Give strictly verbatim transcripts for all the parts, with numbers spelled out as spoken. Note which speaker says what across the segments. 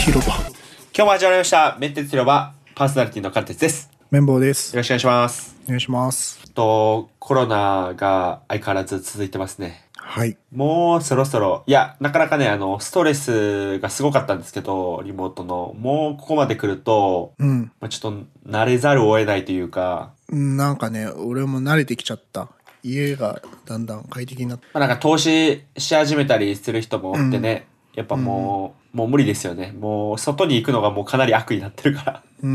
Speaker 1: 広場。
Speaker 2: 今日も始まりましたメンテツ広場、パーソナリティのカルテツです。
Speaker 1: 綿棒です。
Speaker 2: よろしくお願いします。
Speaker 1: お願いします。
Speaker 2: とコロナが相変わらず続いてますね。
Speaker 1: はい。
Speaker 2: もうそろそろ、いやなかなかね、あのストレスがすごかったんですけど、リモートのもうここまで来ると、
Speaker 1: うん。
Speaker 2: まあ、ちょっと慣れざるを得ないというか、
Speaker 1: なんかね、俺も慣れてきちゃった。家がだんだん快適になって。
Speaker 2: まあ、なんか投資し始めたりする人もおってね、うん、やっぱもう、うん、もう無理ですよね。もう外に行くのがもうかなり悪になってるから。
Speaker 1: うん。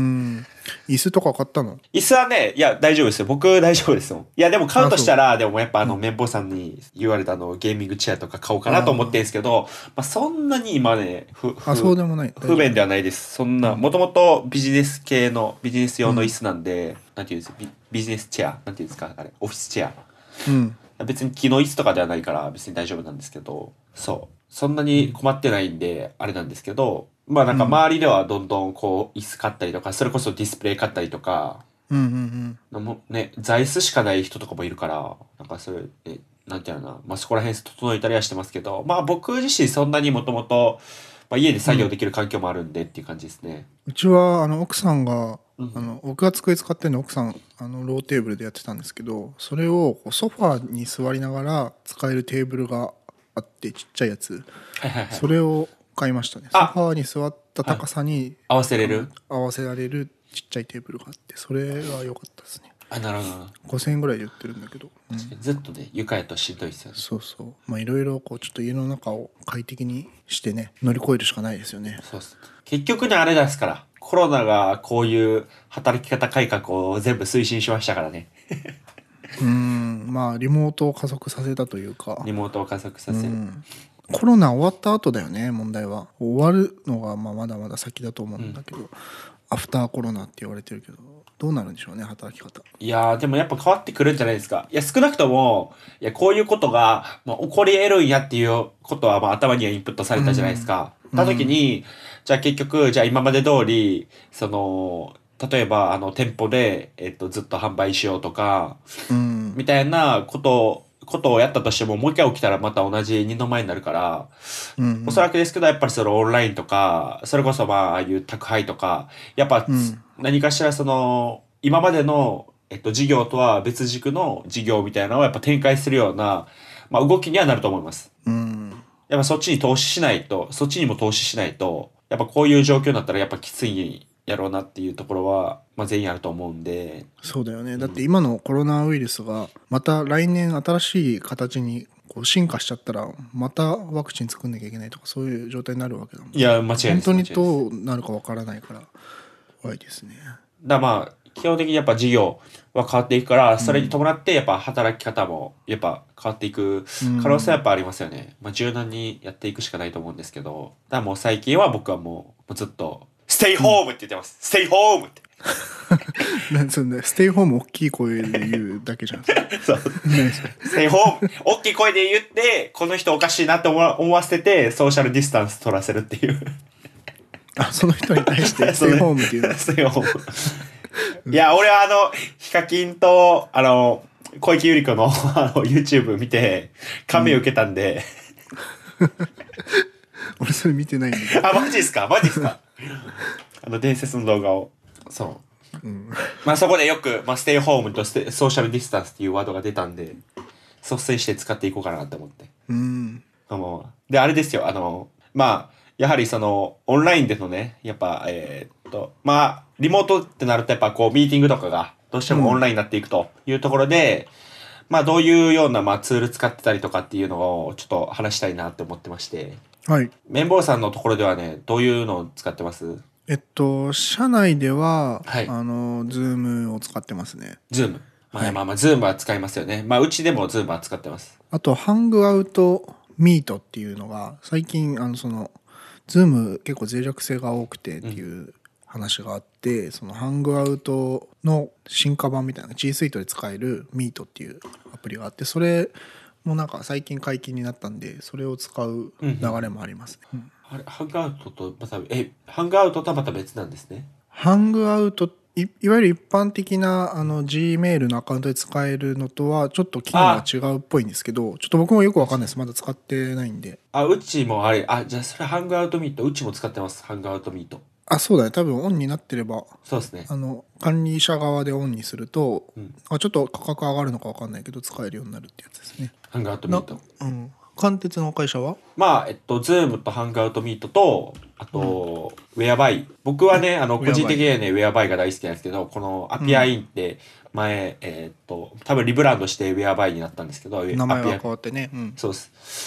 Speaker 1: 椅子とか買ったの？
Speaker 2: 椅子はね、いや大丈夫ですよ。僕大丈夫ですよ。いやでも買うとしたら、でもやっぱあの、綿棒さんに言われたあのゲーミングチェアとか買おうかなと思ってるんですけど、まあそんなに今ね、ふ、
Speaker 1: あ、そうでもない。
Speaker 2: 不便ではないです。そんな、もともとビジネス系の、ビジネス用の椅子なんで、うん、なんていうんですか、ビ、ビジネスチェア、なんていうんですか、あれ、オフィスチェア。うん。別に木の椅子とかではないから別に大丈夫なんですけど、そう。そんなに困ってないんで、あれなんですけど、まあなんか周りではどんどんこう椅子買ったりとか、それこそディスプレイ買ったりとか、うんうんうん。もね、座椅子しかない人とかもいるから、なんかそれ、え、なんていうのな、まあそこら辺整えたりはしてますけど、まあ僕自身そんなにもともと、まあ家で作業できる環境もあるんでっていう感じですね。
Speaker 1: うん、うちはあの奥さんが、うん、あの僕が机使ってるの奥さんあのローテーブルでやってたんですけど、それをソファーに座りながら使えるテーブルがあってちっちゃいやつ、はいはいはい、それを買いましたね。ソファーに座った高さに、はい、
Speaker 2: 合わせれる
Speaker 1: 合わせられるちっちゃいテーブルがあって、それが良かったですね。
Speaker 2: あ、なるほど。
Speaker 1: ごせんえんぐらいで売ってるんだけど、
Speaker 2: うん、ずっとね床やとしんどいですよね。
Speaker 1: そうそう、まあいろいろこうちょっと家の中を快適にしてね乗り越えるしかないですよね。
Speaker 2: そうっす。結局ねあれですから、コロナがこういう働き方改革を全部推進しましたからね。
Speaker 1: うーん、まあリモートを加速させたというか、
Speaker 2: リモートを加速させる。
Speaker 1: コロナ終わった後だよね、問題は。終わるのがまあまだまだ先だと思うんだけど、うん、アフターコロナって言われてるけど、どうなるんでしょうね、働き方。
Speaker 2: いやーでもやっぱ変わってくるんじゃないですか。いや少なくとも、いやこういうことが、まあ、起こり得るんやっていうことは、まあ、頭にはインプットされたじゃないですか。うん、た時に、うん、じゃあ結局、じゃあ今まで通り、その、例えばあの店舗で、えっと、ずっと販売しようとか、うん、みたいなことことをやったとしても、もう一回起きたらまた同じ二の舞になるから、うんうん、おそらくですけど、やっぱりそのオンラインとか、それこそまあ、ああいう宅配とか、やっぱ、うん、何かしらその、今までの、えっと、事業とは別軸の事業みたいなのをやっぱ展開するような、まあ、動きにはなると思います。うん、やっぱそっちに投資しないと、そっちにも投資しないと、やっぱこういう状況になったらやっぱきついやろうなっていうところは、まあ、全員あると思うんで。
Speaker 1: そうだよね、うん、だって今のコロナウイルスがまた来年新しい形にこう進化しちゃったらまたワクチン作んなきゃいけないとかそういう状態になるわけだもんね。
Speaker 2: いや間違いないです。
Speaker 1: 本当にどうなるかわからないから怖いですね。
Speaker 2: だまあ基本的にやっぱ事業は変わっていくから、それに伴ってやっぱ働き方もやっぱ変わっていく可能性はやっぱありますよね。まあ柔軟にやっていくしかないと思うんですけど、だからもう最近は僕はもうずっとステイホームって言ってます。うん、ステイホームって。
Speaker 1: なんそんなステイホーム大きい声で言うだけじゃん。そう。
Speaker 2: ステイホーム大きい声で言ってこの人おかしいなって思わ、思わせてソーシャルディスタンス取らせるっていう。
Speaker 1: あ、その人に対してステイホームっていうの。
Speaker 2: ステイホーム。いや、俺はあの、ヒカキンと、あの、小池百合子のあの YouTube 見て、感銘を受けたんで。
Speaker 1: うん、俺それ見てないんだけど。
Speaker 2: あ、マジっすかマジっすかあの、伝説の動画を。そう。うん、まあそこでよく、まあ、ステイホームとステソーシャルディスタンスっていうワードが出たんで、率先して使っていこうかなって思って。うん。あので、あれですよ、あの、まあ、やはりその、オンラインでのね、やっぱ、えー、っと、まあ、リモートってなるとやっぱこう、ミーティングとかが、どうしてもオンラインになっていくというところで、うん、まあ、どういうような、まあ、ツール使ってたりとかっていうのを、ちょっと話したいなって思ってまして。はい。綿棒さんのところではね、どういうのを使ってます？
Speaker 1: えっと、社内では、はい、あの、ズームを使ってますね。
Speaker 2: ズーム。まあ、はい、まあまあ、ズームは使いますよね。まあ、うちでもズームは使ってます。
Speaker 1: あと、ハングアウトミートっていうのが、最近、あの、その、ズーム結構脆弱性が多くてっていう話があって、うん、そのハングアウトの進化版みたいな G Suite で使えるミートっていうアプリがあって、それもなんか最近解禁になったんで、それを使う流れもありますね。うんうん、
Speaker 2: あれハングアウトとまたえハングアウトとはまた別なんですね。
Speaker 1: ハングアウトっいいわゆる一般的なあの Gmail のアカウントで使えるのとはちょっと機能が違うっぽいんですけど、ちょっと僕もよくわかんないです。まだ使ってないんで。
Speaker 2: あ、うちもあれ、あ、じゃあそれハングアウトミート、うちも使ってます、ハングアウトミート。
Speaker 1: あ、そうだね。多分オンになってれば、
Speaker 2: そうですね。
Speaker 1: あの管理者側でオンにすると、
Speaker 2: うん
Speaker 1: あちょっと価格上がるのかわかんないけど使えるようになるってやつですね。
Speaker 2: ハングアウトミート。
Speaker 1: うん。貫徹の会社は
Speaker 2: まあ、えっと、ズームとハングアウトミートと、あと、ウェアバイ。僕はね、あの、
Speaker 1: ウェアバイ
Speaker 2: 個人的にはね、ウェアバイが大好きなんですけど、このアピアインって前、えーっと、多分リブランドしてウェアバイになったんですけど、
Speaker 1: 名前が
Speaker 2: アピア
Speaker 1: 変わってね。うん。
Speaker 2: そうです。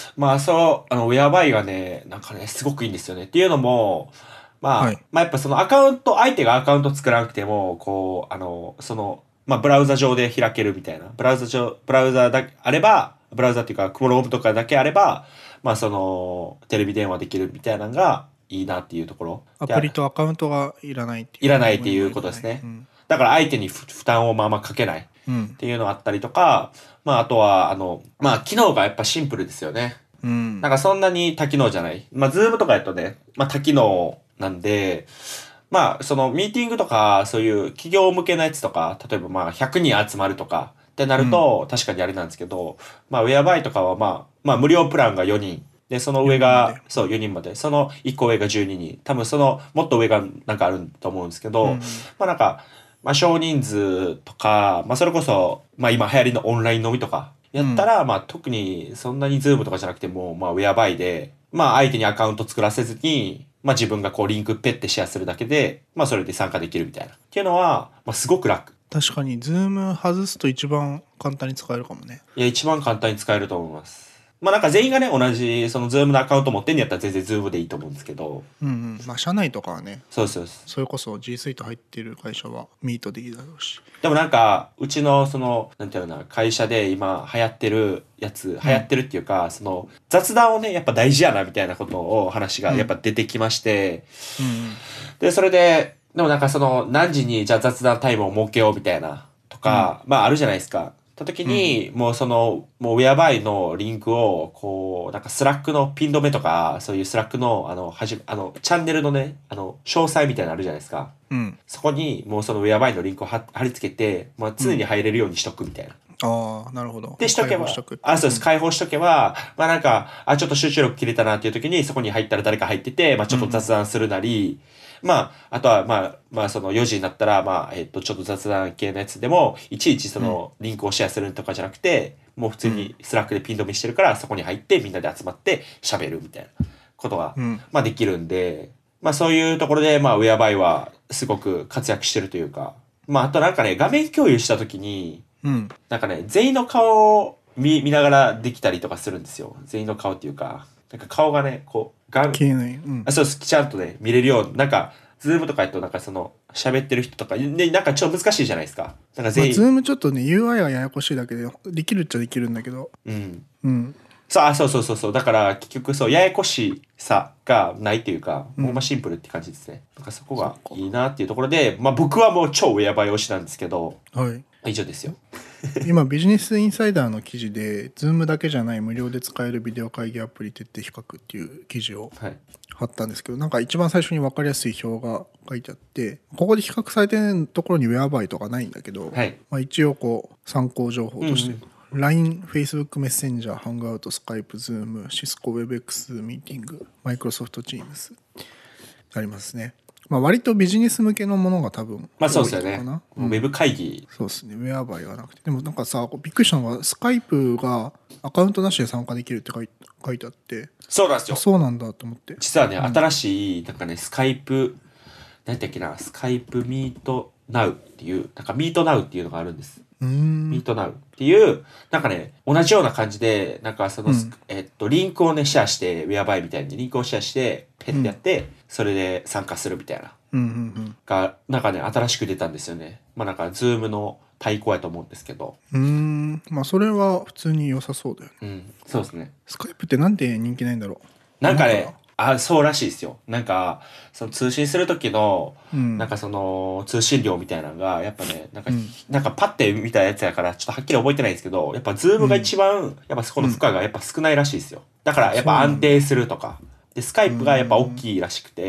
Speaker 2: まあ、そう、あの、ウェアバイがね、なんかね、すごくいいんですよね。っていうのも、まあ、
Speaker 1: はい
Speaker 2: まあやっぱそのアカウント、相手がアカウント作らなくても、こう、あの、その、まあ、ブラウザ上で開けるみたいな。ブラウザ上、ブラウザだけあれば、ブラウザっていうか、クロームとかだけあれば、まあ、その、テレビ電話できるみたいなのがいいなっていうところ。
Speaker 1: アプリとアカウントがいらないっていう。
Speaker 2: いらないっていうことですね。
Speaker 1: うん
Speaker 2: だから相手に負担をまあまあかけない
Speaker 1: うん
Speaker 2: っていうのがあったりとか、まああとは、あの、まあ機能がやっぱシンプルですよね。
Speaker 1: うん
Speaker 2: なんかそんなに多機能じゃない。まあズームとかやとね、まあ多機能なんで、まあそのミーティングとかそういう企業向けのやつとか、例えばまあひゃくにん集まるとかってなると確かにあれなんですけど、まあウェアバイとかはまあ、まあ無料プランがよにん。で、その上
Speaker 1: よにんま
Speaker 2: が
Speaker 1: で、
Speaker 2: そう、よにんまで。そのいっこ上がじゅうににん。多分その、もっと上がなんかあると思うんですけど、
Speaker 1: うん
Speaker 2: まあなんか、まあ少人数とか、まあそれこそ、まあ今流行りのオンライン飲みとか、やったら、まあ特にそんなにズームとかじゃなくても、まあウェアバイで、まあ相手にアカウント作らせずに、まあ自分がこうリンクペッてシェアするだけで、まあそれで参加できるみたいな。っていうのは、まあすごく楽。
Speaker 1: 確かにズーム外すと一番簡単に使えるかもね。
Speaker 2: いや、一番簡単に使えると思います。まあなんか全員がね、同じ、そのズームのアカウント持ってんやったら全然ズームでいいと思うんですけど、
Speaker 1: うんうんまあ社内とかはね、
Speaker 2: そうですそうです。
Speaker 1: それこそ G Suite 入ってる会社はミートでいいだろうし。
Speaker 2: でもなんか、うちのその、なんていうのかな、会社で今流行ってるやつ、流行ってるっていうか、その、雑談をね、やっぱ大事やなみたいなことを話がやっぱ出てきまして、
Speaker 1: うん
Speaker 2: で、それで、でもなんかその、何時にじゃあ雑談タイムを設けようみたいな、とか、まああるじゃないですか。た時に、もうその、もうウェアバイのリンクを、こう、なんかスラックのピン止めとか、そういうスラックの、あの、はじ、あの、チャンネルのね、あの、詳細みたいなのあるじゃないですか。
Speaker 1: うん
Speaker 2: そこに、もうそのウェアバイのリンクを貼貼り付けて、まあ常に入れるようにしとくみたいな。
Speaker 1: ああなるほど。
Speaker 2: でしとけば
Speaker 1: 開放しとく、
Speaker 2: あ、そうです。開放しとけば、まあなんか、あ、ちょっと集中力切れたなっていう時に、そこに入ったら誰か入ってて、まあちょっと雑談するなり、まあ、あとは、まあ、まあ、そのよじになったら、まあ、えっと、ちょっと雑談系のやつでも、いちいちその、リンクをシェアするとかじゃなくて、もう普通にスラックでピン止めしてるから、そこに入ってみんなで集まって喋るみたいなことが、
Speaker 1: うん
Speaker 2: まあできるんで、まあそういうところで、まあ、ウェアバイはすごく活躍してるというか、まあ、あとなんかね、画面共有した時に、
Speaker 1: うん
Speaker 2: なんかね、全員の顔を見、見ながらできたりとかするんですよ。全員の顔っていうか、なんか顔がね、こう、画面、
Speaker 1: 消えない。うん
Speaker 2: あ、そうです。ちゃんとね、見れるように、なんか、ズームとかやと、なんかその、喋ってる人とか、ね、なんかちょっと難しいじゃないですか。なんか
Speaker 1: まあ、
Speaker 2: 全員、
Speaker 1: ズームちょっとね ユーアイ がややこしいだけでできるっちゃできるんだけど
Speaker 2: うん。
Speaker 1: うん
Speaker 2: そう、あ、そうそうそうそう。だから、結局、そう、ややこしさがないっていうか、
Speaker 1: うん
Speaker 2: ほんまシンプルって感じですね。なんかそこがいいなっていうところで、まあ僕はもう超ウェアバイ推しなんですけど、
Speaker 1: はい
Speaker 2: 以上ですよ。
Speaker 1: 今ビジネスインサイダーの記事で Zoom だけじゃない無料で使えるビデオ会議アプリ徹底比較っていう記事を
Speaker 2: はい。
Speaker 1: 貼ったんですけど、なんか一番最初に分かりやすい表が書いてあって、ここで比較されてるところにウェアバイとかないんだけど、
Speaker 2: はい。
Speaker 1: まあ、一応こう参考情報として、
Speaker 2: うん
Speaker 1: ライン、Facebook メッセンジャー、ハングアウト、スカイプ、ズーム、シスコ、ウェブエックスミーティング、マイクロソフトチームズありますね。まあ割とビジネス向けのものが多分
Speaker 2: まあそうですよね。
Speaker 1: 多いのかな。
Speaker 2: もうウェブ会議。
Speaker 1: そうですね。ウェアバイはなくて。でもなんかさ、びっくりしたのが、スカイプがアカウントなしで参加できるって書い書いてあって、
Speaker 2: そうなんですよ。
Speaker 1: あそうなんだと思って。
Speaker 2: 実はね、新しい、なんかね、スカイプ、なんだっけな、スカイプミートナウっていう、なんかミートナウっていうのがあるんです。
Speaker 1: うーん。
Speaker 2: ミートナウっていう、なんかね、同じような感じで、なんかその、
Speaker 1: うん
Speaker 2: えっと、リンクをね、シェアして、ウェアバイみたいにリンクをシェアして、ペッてやって、それで参加するみたいな、
Speaker 1: うんうん
Speaker 2: が、なんかね、新しく出たんですよね。まあなんか、ズームの対抗やと思うんですけど。
Speaker 1: うん。うーん。まあそれは普通に良さそうだよね。
Speaker 2: うん、そうですね。
Speaker 1: スカイプってなんで人気ないんだろう。
Speaker 2: なんかね、あ、そうらしいですよ。なんか、その通信する時の、
Speaker 1: うん
Speaker 2: なんかその、通信量みたいなのが、やっぱね、なんか、
Speaker 1: うん
Speaker 2: なんかパッて見たやつやから、ちょっとはっきり覚えてないんですけど、やっぱズームが一番、やっぱそこの負荷がやっぱ少ないらしいですよ。だから、やっぱ安定するとか。で、スカイプがやっぱ大きいらしくて、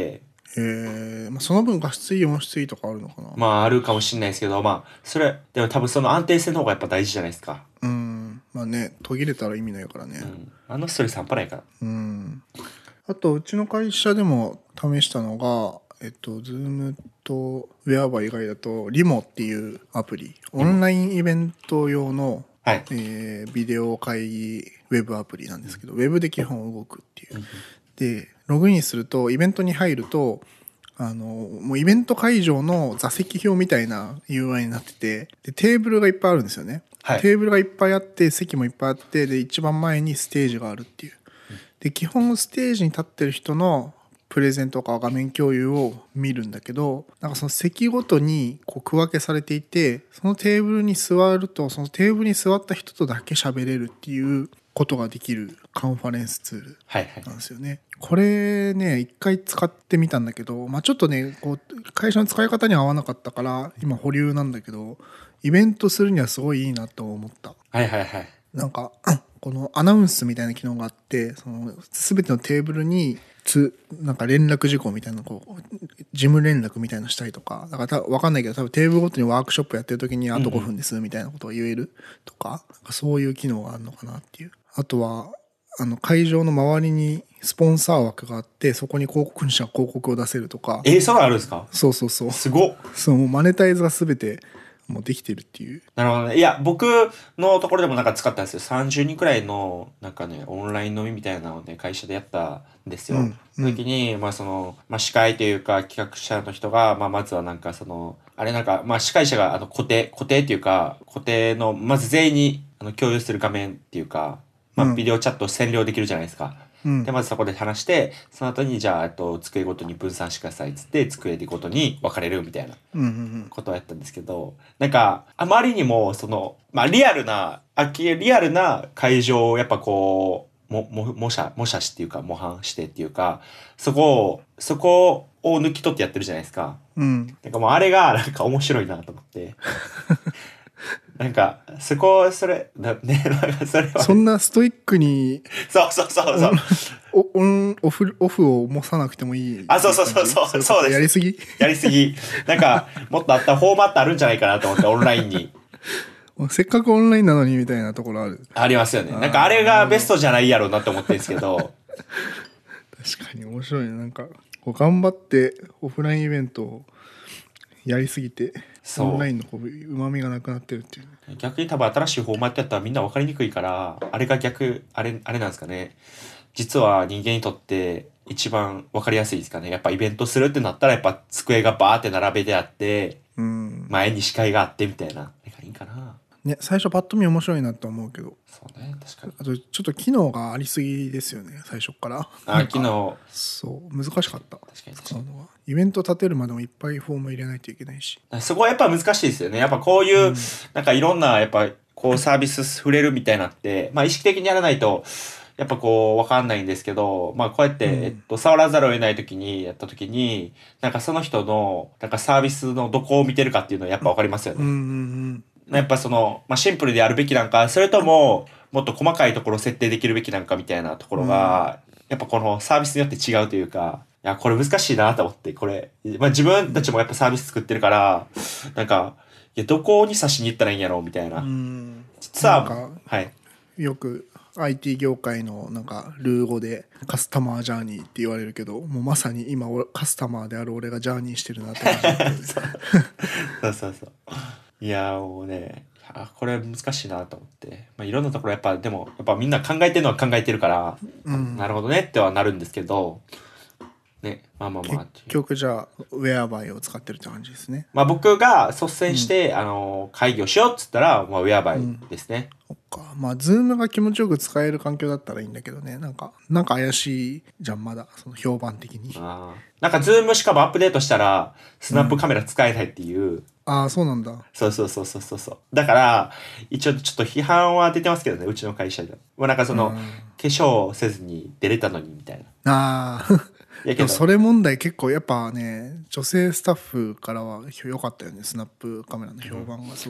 Speaker 1: へえ、まあ、その分画質いい音質いいとかあるのかな。
Speaker 2: まああるかもしれないですけど、まあそれでも多分その安定性の方がやっぱ大事じゃないですか。
Speaker 1: うんまあね、途切れたら意味ないからね。
Speaker 2: うん、あのストレス半端ないから。
Speaker 1: うんあとうちの会社でも試したのが、えっと、Zoom と Whereby 以外だとリモっていうアプリ、オンラインイベント用の、
Speaker 2: はい
Speaker 1: えービデオ会議ウェブアプリなんですけど、ウェブで基本動くっていう。でログインするとイベントに入ると、あのもうイベント会場の座席表みたいな ユーアイ になってて、でテーブルがいっぱいあるんですよね、
Speaker 2: はい
Speaker 1: テーブルがいっぱいあって席もいっぱいあって、で一番前にステージがあるっていう。で基本ステージに立ってる人のプレゼンとか画面共有を見るんだけど、なんかその席ごとにこう区分けされていて、そのテーブルに座るとそのテーブルに座った人とだけ喋れるっていうことができるカンファレンスツール
Speaker 2: はいはい。
Speaker 1: なんですよね。これね一回使ってみたんだけど、まあ、ちょっとねこう会社の使い方には合わなかったから今保留なんだけど、イベントするにはすごいいいなと思った。
Speaker 2: はいはいはい。
Speaker 1: なんかこのアナウンスみたいな機能があって、その全てのテーブルにつなんか連絡事項みたいなこう事務連絡みたいなのしたりとか、だからた分かんないけど多分テーブルごとにワークショップやってる時にあとごふんですみたいなことを言えるとか、そういう機能があるのかなっていう。あとはあの会場の周りにスポンサー枠があって、そこに広告主が広告を出せるとか。
Speaker 2: えー、そんなのあるんですか？
Speaker 1: そうそうそう、
Speaker 2: すごっ。
Speaker 1: そうもうマネタイズが全てもうできてるっていう。
Speaker 2: なるほどね。いや、僕のところでもなんか使ったんですよ。さんじゅうにんくらいの、なんかね、オンライン飲みみたいなのをね、会社でやったんですよ。
Speaker 1: うん
Speaker 2: その時に、まあその、まあ司会というか企画者の人が、まあまずはなんかその、あれなんか、まあ司会者があの固定、固定っていうか、固定の、まず全員にあの共有する画面っていうか、まあ
Speaker 1: うん
Speaker 2: ビデオチャットを占領できるじゃないですか。
Speaker 1: うん
Speaker 2: で、まずそこで話して、その後に、じゃあ、えっと、机ごとに分散してくださいっつって、机ごとに分かれるみたいな
Speaker 1: うんうん
Speaker 2: ことをやったんですけど、なんか、あまりにも、その、まあ、リアルな、あきリアルな会場をやっぱこう、も、も、模写、模写しっていうか、模範してっていうか、そこを、そこを抜き取ってやってるじゃないですか。
Speaker 1: うん
Speaker 2: なんかもうあれが、なんか面白いなと思って。なんか、そこ、それ、なね、なんかそれは、
Speaker 1: そんなストイックに
Speaker 2: そうそうそうそう。
Speaker 1: おオンオフオフを重さなくてもいい。
Speaker 2: あ、そうそうそうそう
Speaker 1: い感じ
Speaker 2: そうです
Speaker 1: やりすぎ。
Speaker 2: やりすぎ。なんか、もっとあったフォーマットあるんじゃないかなと思って、オンラインに。
Speaker 1: せっかくオンラインなのにみたいなところある。
Speaker 2: ありますよね。なんかあれがベストじゃないやろうなって思ってるんですけど。
Speaker 1: 確かに面白いね。なんかこう頑張ってオフラインイベントをやりすぎて、
Speaker 2: そう
Speaker 1: オンラインのこう旨味がなくなってるっていうね。
Speaker 2: 逆に多分新しいフォーマットやったらみんな分かりにくいから、あれが逆、あれ、あれなんですかね。実は人間にとって一番分かりやすいですかね。やっぱイベントするってなったらやっぱ机がバーって並べてあって、
Speaker 1: うん
Speaker 2: 前に視界があってみたいな。なんかいいかな。
Speaker 1: ね、最初パッと見面白いなと思うけど、
Speaker 2: そうね、確かに。
Speaker 1: あとちょっと機能がありすぎですよね、最初から
Speaker 2: あ、昨日、
Speaker 1: そう難しかった
Speaker 2: 確かに確かに。
Speaker 1: 使うのは。イベント立てるまでもいっぱいフォーム入れないといけないし。
Speaker 2: そこはやっぱ難しいですよね。やっぱこういう、
Speaker 1: うん
Speaker 2: なんかいろんな、やっぱこうサービス触れるみたいなって、まあ意識的にやらないと、やっぱこうわかんないんですけど、まあこうやって、
Speaker 1: うん
Speaker 2: えっと、触らざるを得ない時にやった時に、なんかその人の、なんかサービスのどこを見てるかっていうのはやっぱわかりますよね。
Speaker 1: うんうん
Speaker 2: やっぱその、まあシンプルでやるべきなんか、それとも、もっと細かいところを設定できるべきなんかみたいなところが、やっぱこのサービスによって違うというか、いや、これ難しいなと思って、これ、まあ自分たちもやっぱサービス作ってるから、なんか、いや、どこに差しに行ったらいいんやろうみたいな。
Speaker 1: うんうん
Speaker 2: 実は、
Speaker 1: なんか
Speaker 2: はい。
Speaker 1: よく アイティー 業界のなんかルー語でカスタマージャーニーって言われるけど、もうまさに今俺カスタマーである俺がジャーニーしてるなって感じだったよね
Speaker 2: そうそうそう。いや、もうね、あ、これ難しいなと思って。まあいろんなところやっぱ、でも、やっぱみんな考えてるのは考えてるから、
Speaker 1: うん
Speaker 2: なるほどねってはなるんですけど、ね、まあまあまあ。
Speaker 1: 結局じゃあウェアバイを使ってるって感じですね。
Speaker 2: まあ僕が率先して、あの、会議をしようっつったら、まあウェアバイですね。
Speaker 1: そっか、まあズームが気持ちよく使える環境だったらいいんだけどね、なんかなんか怪しいじゃんまだ、その評判的に。
Speaker 2: あーなんかズームしかもアップデートしたら、スナップカメラ使えないっていう、
Speaker 1: ああそうなんだ。
Speaker 2: そうそうそうそうそうそう。だから、一応ちょっと批判は出てますけどね、うちの会社で。もうなんかその、
Speaker 1: うん
Speaker 2: 化粧せずに出れたのにみたいな。
Speaker 1: ああ
Speaker 2: いやけど、
Speaker 1: でもそれ問題結構やっぱね、女性スタッフからは良かったよね、スナップカメラの評判がすごく。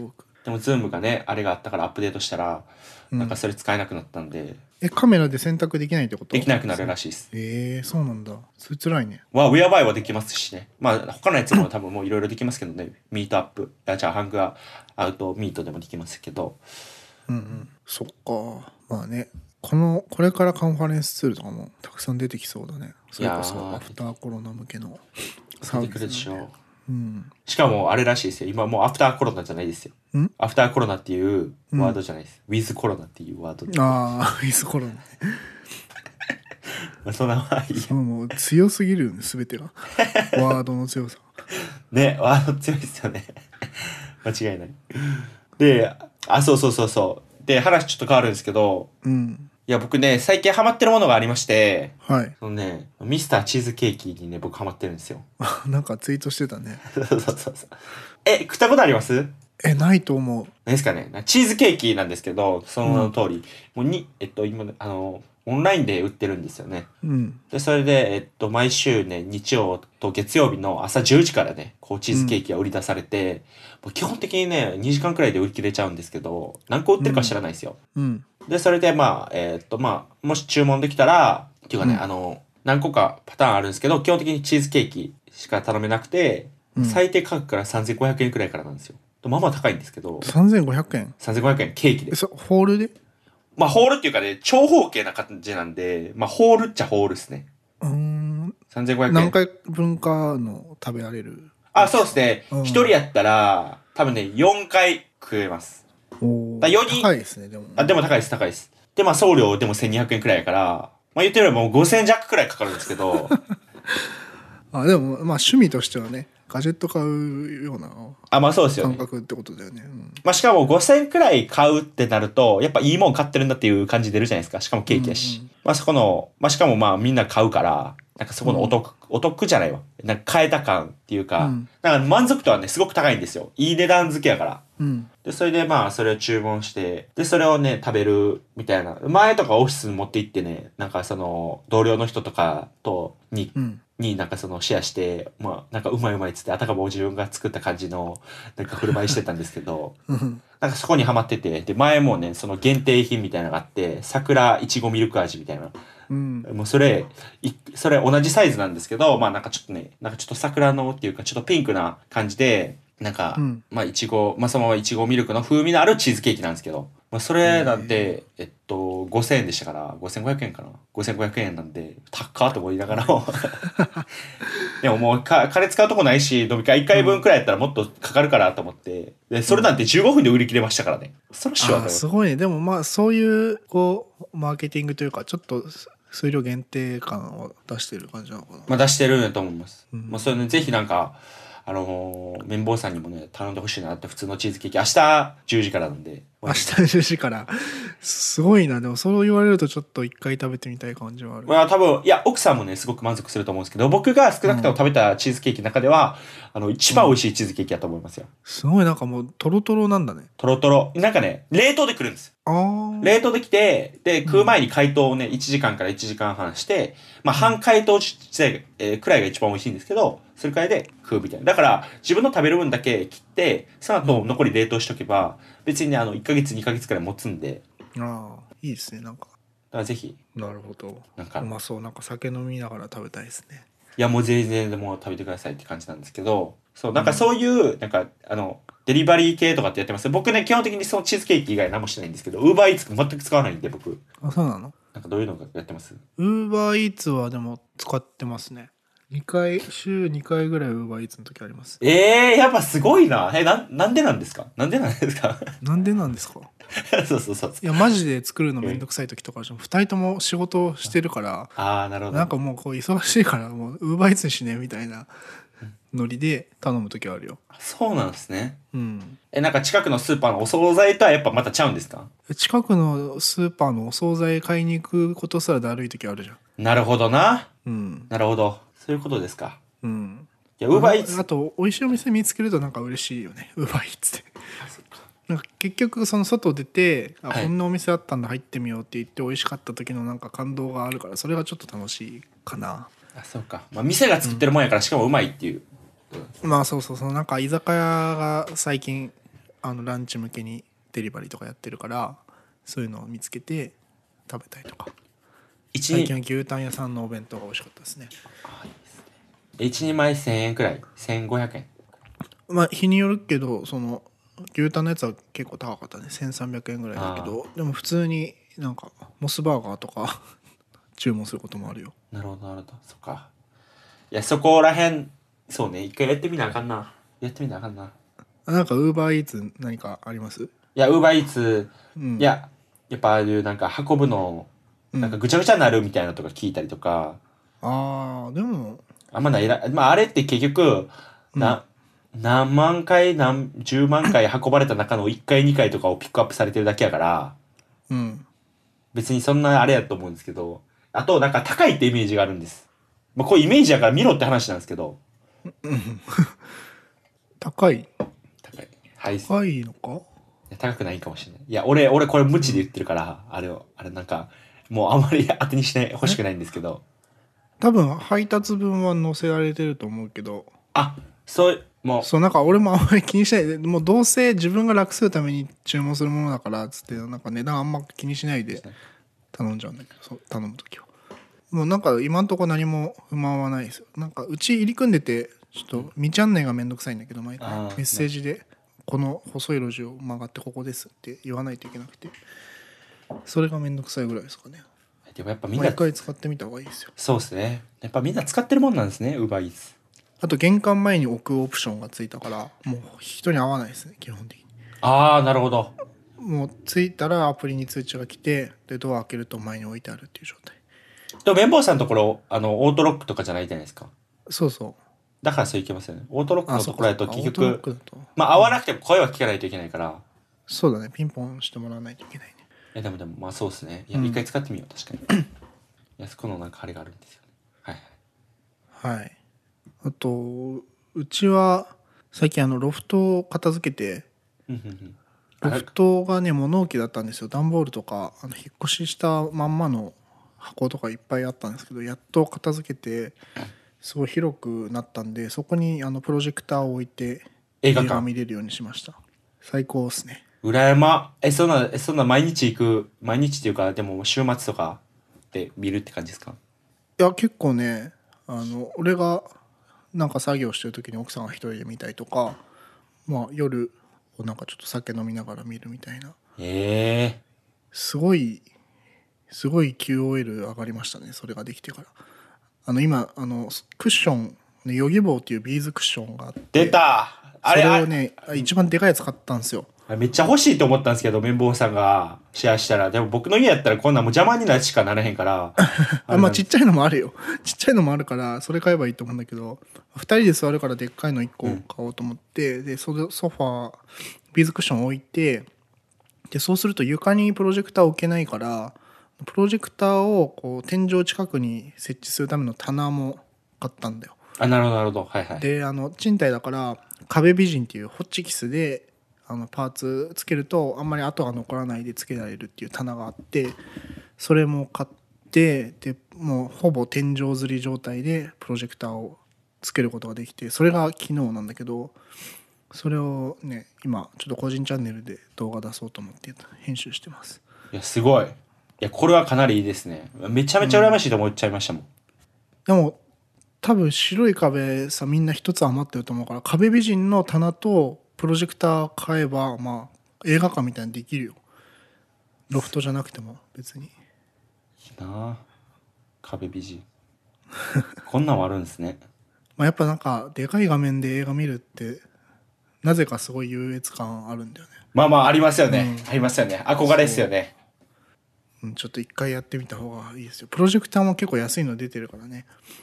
Speaker 2: でもズームがねあれがあったからアップデートしたら、うん、なんかそれ使えなくなったんで。
Speaker 1: えカメラで選択できないってこと？
Speaker 2: できなくなるらしいです。
Speaker 1: えー、そうなんだ。それ辛いね。
Speaker 2: はウェアバイはできますしね。まあ他のやつも多分もういろいろできますけどね。ミートアップあじゃあハングアウトミートでもできますけど。
Speaker 1: うんうん。そっか。まあね。このこれからカンファレンスツールとかもたくさん出てきそうだね。それこそアフターコロナ向けの
Speaker 2: サービス、ね、出てくるでしょう、
Speaker 1: うん、
Speaker 2: しかもあれらしいですよ。今もうアフターコロナじゃないですよ。
Speaker 1: ん
Speaker 2: アフターコロナっていうワードじゃないです、うん、ウィズコロナっていうワード。
Speaker 1: ああウィズコロナ
Speaker 2: そんなまあいい。
Speaker 1: そうもう強すぎるよね全てがワードの強さ
Speaker 2: ねワード強いですよね間違いない。であそうそうそうそうで話ちょっと変わるんですけど、
Speaker 1: うん、
Speaker 2: いや僕ね最近ハマってるものがありまして、
Speaker 1: はい、
Speaker 2: そのねミスターチーズケーキにね僕ハマってるんですよ
Speaker 1: なんかツイートしてたね
Speaker 2: そうそうそうそう。え食ったことあります？
Speaker 1: えないと思う。
Speaker 2: 何ですかねチーズケーキなんですけどその通り、うん、もうにえっと今あのオンラインで売ってるんですよね、
Speaker 1: うん、
Speaker 2: でそれで、えっと、毎週ね日曜と月曜日の朝じゅうじからねこうチーズケーキが売り出されて、うん、基本的にねにじかんくらいで売り切れちゃうんですけど何個売ってるか知らないですよ、
Speaker 1: うん、
Speaker 2: でそれでまあえー、っとまあもし注文できたらっていうかね、うん、あの何個かパターンあるんですけど基本的にチーズケーキしか頼めなくて、うん、最低価格からさんぜんごひゃくえんくらいからなんですよ。まあまあ高いんですけど
Speaker 1: さんぜんごひゃくえん
Speaker 2: さんぜんごひゃくえんケーキで
Speaker 1: そホールで
Speaker 2: まあホールっていうかね長方形な感じなんでまあホールっちゃホールですね。
Speaker 1: うーん
Speaker 2: さんぜんごひゃくえん
Speaker 1: 何回分かの食べられる？
Speaker 2: あそうですねひとりやったら多分ねよんかい食えます。
Speaker 1: お
Speaker 2: だよに
Speaker 1: 高いですねでも
Speaker 2: あでも高いです高いですでまあ送料でもせんにひゃくえんくらいやからまあ言ってるよりもごせん弱くらいかかるんですけど
Speaker 1: あでもまあ趣味としてはねガジェット買うような
Speaker 2: あまあそうですよね
Speaker 1: 感覚ってことだよね、うん、
Speaker 2: まあしかもごせんくらい買うってなるとやっぱいいもん買ってるんだっていう感じ出るじゃないですか。しかもケーキやし、うんうん、まあそこのまあしかもまあみんな買うからなんかそこのお得、うん、お得じゃないわなんか買えた感っていうか、うん、なんか満足度はねすごく高いんですよ。いい値段付けやから、うん、でそれでまあそれを注文してでそれをね食べるみたいな前とかオフィスに持って行ってねなんかその同僚の人とかとに、うんになんかそのシェアして、まあなんかうまいうまいっつってあたかも自分が作った感じのなんか振る舞いしてたんですけどなんかそこにハマっててで前もねその限定品みたいなのがあって桜いちごミルク味みたいな、うん、もうそれいそれ同じサイズなんですけどまあなんかちょっとねなんかちょっと桜のっていうかちょっとピンクな感じでなんか、うん、まあいちごまあそのままいちごミルクの風味のあるチーズケーキなんですけどまあ、それなんて、えっと、ごせんえんでしたから、ごせんごひゃくえんかな ?ごせんごひゃくえんなんで、高っと思いながらも。でももうか、金使うとこないし、飲み会いっかいぶんくらいやったらもっとかかるからと思って、で、それなんてじゅうごふんで売り切れましたからね。そのしわ
Speaker 1: あすごいね。でもまあ、そういう、こう、マーケティングというか、ちょっと、数量限定感を出してる感じなのかな。
Speaker 2: まあ出してるんだと思います。うん、まあそれね、ぜひなんか、あのー、綿棒さんにもね、頼んでほしいなって普通のチーズケーキ、明日じゅうじからなんで。
Speaker 1: 明日じゅうじから。すごいな。でもそう言われるとちょっと一回食べてみたい感じはある。
Speaker 2: まあ多分、いや、奥さんもね、すごく満足すると思うんですけど、僕が少なくとも食べたチーズケーキの中では、うん、あの、一番美味しいチーズケーキだと思いますよ。
Speaker 1: すごいなんかもう、トロトロなんだね。
Speaker 2: トロトロ。なんかね、冷凍で来るんです。冷凍できて、で、食う前に解凍をね、いちじかんからいちじかんはんして、まあ、半解凍時代、えー、くらいが一番美味しいんですけど、それくらいで食うみたいな。だから、自分の食べる分だけ切って、その後残り冷凍しとけば、別にね、あの、いっかげつ、にかげつくらい持つんで。
Speaker 1: ああ、いいですね、なんか。
Speaker 2: だからぜひ。
Speaker 1: なるほど。なんか。うまそう。なんか酒飲みながら食べたいですね。
Speaker 2: いや、もう全然でも食べてくださいって感じなんですけど、そう、なんかそういう、うん、なんか、あの、デリバリー系とかってやってます。僕ね、基本的にそのチーズケーキ以外何もしてないんですけど、ウーバーイーツ全く使わないんで、僕。
Speaker 1: あ、そうなの？
Speaker 2: なんかどういうのやってます？
Speaker 1: ウーバーイーツはでも使ってますね。にかい、週にかいぐらいウーバーイーツの時あります。
Speaker 2: ええー、やっぱすごいな。え、な、なんでなんですか？なんでなんですか？
Speaker 1: なんでなんですか？
Speaker 2: そうそうそう。
Speaker 1: いや、マジで作るのめんどくさい時とか、ふたりとも仕事してるから、
Speaker 2: ああ、なるほど。
Speaker 1: なんかもうこう忙しいから、もうウーバーイーツにしね、みたいなノリで頼む時はあるよ。
Speaker 2: そうなんですね。
Speaker 1: うん。
Speaker 2: え、なんか近くのスーパーのお惣菜とはやっぱまたちゃうんですか？
Speaker 1: 近くのスーパーのお惣菜買いに行くことすらだるい時あるじゃん。
Speaker 2: なるほどな。
Speaker 1: うん。
Speaker 2: なるほど。そういうことですか。
Speaker 1: うん。
Speaker 2: いや、ウーバーイーツ。
Speaker 1: あと、美味しいお店見つけるとなんか嬉しいよね。ウーバーイーツで。なんか結局その外出て、あ、はい、こんなお店あったんだ入ってみようって言って美味しかった時のなんか感動があるから、それがちょっと楽しいかな。
Speaker 2: あ、そうか。まあ店が作ってるもんやから、しかもうまいっていう。
Speaker 1: うん、まあそうそうそう、なんか居酒屋が最近あのランチ向けにデリバリーとかやってるから、そういうのを見つけて食べたりとか。
Speaker 2: 一
Speaker 1: 最近は牛タン屋さんのお弁当が美味しかったですね。
Speaker 2: 一人前せんえんくらい、せんごひゃくえん。
Speaker 1: まあ日によるけど、その牛タンのやつは結構高かったね。せんさんびゃくえんぐらいだけど、でも普通になんかモスバーガーとか注文することもあるよ。
Speaker 2: なるほどなるほど、そっか。いやそこらへん、そうね、一回やってみなあかんな。やってみなあかんな。
Speaker 1: なんかウーバーイーツ何かあります？
Speaker 2: いやウーバーイーツ、
Speaker 1: うん、
Speaker 2: いややっぱああいうなんか運ぶのなんかぐちゃぐちゃになるみたいなとか聞いたりとか、
Speaker 1: ああでも
Speaker 2: あんまないら、まああれって結局、な、何万回、何、じゅうまん回運ばれた中のいっかいにかいとかをピックアップされてるだけやから、
Speaker 1: うん、
Speaker 2: 別にそんなあれやと思うんですけど、あとなんか高いってイメージがあるんです。まあこういうイメージやから見ろって話なんですけど、
Speaker 1: 高い
Speaker 2: 高い。はい。
Speaker 1: 高いのか？
Speaker 2: いや高くないかもしれない。いや、俺、俺これ無知で言ってるから、あれを、あれなんか、もうあんまり当てにしない、欲しくないんですけど。
Speaker 1: 多分配達分は載せられてると思うけど、
Speaker 2: あ、そう、もう、
Speaker 1: そうなんか俺もあんまり気にしないで、もうどうせ自分が楽するために注文するものだからつって、なんか値段あんま気にしないで頼んじゃうんだけど、そう頼むときはもうなんか今んとこ何も不満はないですよ。なんかうち入り組んでてちょっと道案内がめんどくさいんだけど、毎回
Speaker 2: あー
Speaker 1: メッセージでこの細い路地を曲がってここですって言わないといけなくて、それがめんどくさいぐらいですかね。
Speaker 2: でもやっぱみんな、
Speaker 1: 毎回使ってみた方がいいですよ。
Speaker 2: そうですね。やっぱみんな使ってるもんなんですね、ウーバーイーツ。
Speaker 1: あと玄関前に置くオプションがついたから、もう人に合わないですね基本的に。
Speaker 2: ああ、なるほど。
Speaker 1: もう着いたらアプリに通知が来て、でドア開けると前に置いてあるっていう状態。
Speaker 2: でも綿棒さんのところ、あの、オートロックとかじゃないじゃないですか。
Speaker 1: そうそう。
Speaker 2: だからそういけますよね。オートロックのところだと結
Speaker 1: オートロッ
Speaker 2: 局、
Speaker 1: クだと
Speaker 2: まあ合わなくても声は聞かないといけないから。
Speaker 1: そうだね、ピンポンしてもらわないといけないね。
Speaker 2: いやでもでも、まあそうですね。いや、
Speaker 1: うん
Speaker 2: 一回使ってみよう、確かに。いや、そこのなんかあれがあるんですよね。はいはい。
Speaker 1: はい。あとうちは最近あのロフトを片付けて、
Speaker 2: うんうんうん。
Speaker 1: ロフトがね物置だったんですよ。段ボールとかあの引っ越ししたまんまの箱とかいっぱいあったんですけど、やっと片付けてすごい広くなったんで、そこにあのプロジェクターを置いて映
Speaker 2: 映画館。
Speaker 1: 画見れるようにしました。最高ですね。
Speaker 2: 裏山、え、そんな、え、そんな毎日行く、毎日っていうか、でも週末とかで見るって感じですか？
Speaker 1: いや結構ね、あの俺がなんか作業してる時に奥さんが一人で見たりとか、まあ夜をなんかちょっと酒飲みながら見るみたいな、
Speaker 2: ええ
Speaker 1: すごいすごい キューオーエル 上がりましたね、それができてから。あの今あのクッションね、ヨギボーっていうビーズクッションがあっ
Speaker 2: ー。出
Speaker 1: て、
Speaker 2: たあれ、
Speaker 1: それ
Speaker 2: あれ、
Speaker 1: をね一番でかいやつ買ったんですよ。
Speaker 2: あれめっちゃ欲しいと思ったんですけど、綿棒さんがシェアしたら、でも僕の家やったらこんなんもう邪魔になるしかならへんから、
Speaker 1: あまあちっ
Speaker 2: ち
Speaker 1: ちゃいのもあるよちっちゃいのもあるからそれ買えばいいと思うんだけど、ふたりで座るからでっかいのいっこ買おうと思って、でそのソファービーズクッション置いて、でそうすると床にプロジェクターを置けないから、プロジェクターをこう天井近くに設置するための棚も買ったんだよ。
Speaker 2: ゃ、あ、なるほどなるほど。はいはい。
Speaker 1: であの賃貸だから壁美人っていうホッチキスであのパーツつけるとあんまり跡が残らないでつけられるっていう棚があって、それも買って、でもうほぼ天井吊り状態でプロジェクターをつけることができて、それが昨日なんだけど、それをね今ちょっと個人チャンネルで動画出そうと思って編集してます。
Speaker 2: いや、すごい。いや、これはかなりいいですね。めちゃめちゃ羨ましいと思っちゃいましたもん。
Speaker 1: でも多分白い壁さみんな一つ余ってると思うから、壁美人の棚とプロジェクター買えばまあ映画館みたいにできるよ。ロフトじゃなくても別に。
Speaker 2: いいなあ、壁美人。こんなんもあるんですね。
Speaker 1: まあ、やっぱなんかでかい画面で映画見るってなぜかすごい優越感あるんだよね。
Speaker 2: まあまあ、ありますよね。ありますよね。憧れですよね。
Speaker 1: うん、ちょっと一回やってみた方がいいですよ。プロジェクターも結構安いの出てるからね。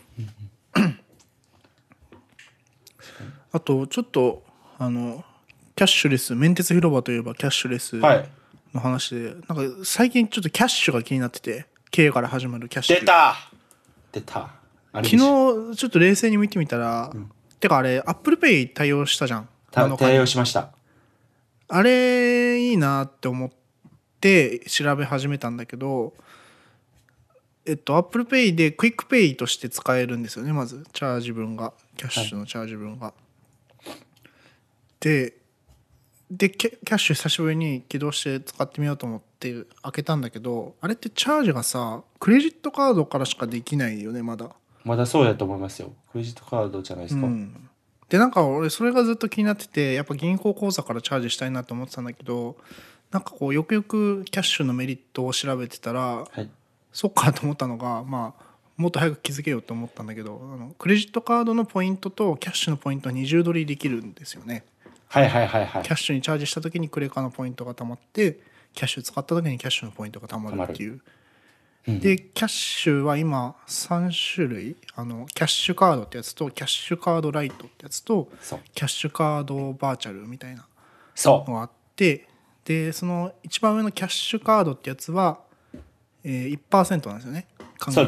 Speaker 1: あとちょっとあのキャッシュレス、メンテツ広場といえばキャッシュレス
Speaker 2: はい。
Speaker 1: の話で、なんか最近ちょっとキャッシュが気になってて、 K から始まるキャッシュ。
Speaker 2: 出た出た。あれ
Speaker 1: 昨日ちょっと冷静に見てみたら、
Speaker 2: ん
Speaker 1: てかあれ Apple Pay 対応したじゃん。
Speaker 2: た
Speaker 1: なのかに
Speaker 2: 対応しました。
Speaker 1: あれいいなって思って調べ始めたんだけど、えっと Apple Pay でクイックペイとして使えるんですよね。まずチャージ分が、キャッシュのチャージ分が、ででキャキャッシュ久しぶりに起動して使ってみようと思って開けたんだけど、あれってチャージがさクレジットカードからしかできないよねまだ。
Speaker 2: まだそうだと思いますよ。クレジットカードじゃないですか。
Speaker 1: うん、でなんか俺それがずっと気になってて、やっぱ銀行口座からチャージしたいなと思ってたんだけど、なんかこうよくよくキャッシュのメリットを調べてたら、
Speaker 2: はい、
Speaker 1: そっかと思ったのが、まあもっと早く気づけようと思ったんだけど、あのクレジットカードのポイントとキャッシュのポイントは二重取りできるんですよね。
Speaker 2: はいはいはいはい。
Speaker 1: キャッシュにチャージした時にクレカのポイントがたまって、キャッシュ使った時にキャッシュのポイントがたまるっていう。
Speaker 2: うん、
Speaker 1: でキャッシュは今さん種類、あのキャッシュカードってやつとキャッシュカードライトってやつとキャッシュカードバーチャルみたいなのがあって、でその一番上のキャッシュカードってやつは、えー、いちパーセント なんですよね。
Speaker 2: そうです。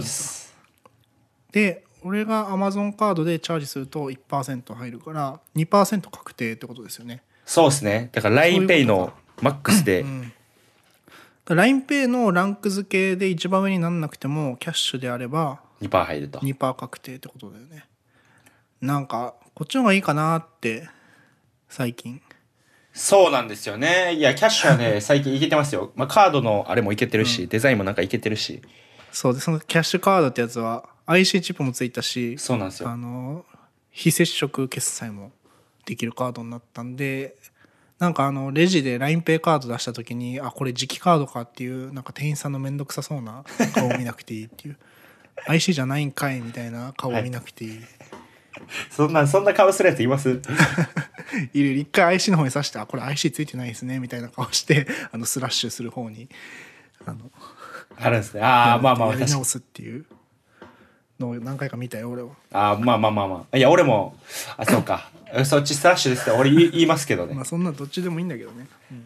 Speaker 1: で俺が Amazon カードでチャージすると いちパーセント 入るから にパーセント 確定ってことですよね。
Speaker 2: そうですね。だから ラインペイ のマックスで、うん、
Speaker 1: ラインペイ のランク付けで一番上になんなくてもキャッシュであれば
Speaker 2: にパーセント 入ると
Speaker 1: にパーセント 確定ってことだよね。なんかこっちの方がいいかなって最近。
Speaker 2: そうなんですよね。いやキャッシュはね最近いけてますよ、まあ、カードのあれもいけてるし、うん、デザインもなんかいけてるし。
Speaker 1: そうでそのキャッシュカードってやつは アイシー チップもついたし、
Speaker 2: そうなんですよ。
Speaker 1: あの非接触決済もできるカードになったんで、なんかあのレジで ラインペイ カード出した時に、あこれ磁気カードかっていうなんか店員さんの面倒くさそうな顔を見なくていいっていうアイシー じゃないんかいみたいな顔を見なくていい、はい、
Speaker 2: そんなそんな顔するやついます
Speaker 1: いる。一回 アイシー の方に刺して、あこれ アイシー ついてないですねみたいな顔してあのスラッシュする方にあの
Speaker 2: あるんですね。ああまあまあ
Speaker 1: やり直すっていうのを何回か見たよ俺は。
Speaker 2: ああまあまあまあまあ、いや俺もあそうかそっちスラッシュですって俺言いますけどね。
Speaker 1: まあそんなどっちでもいいんだけどね、うん、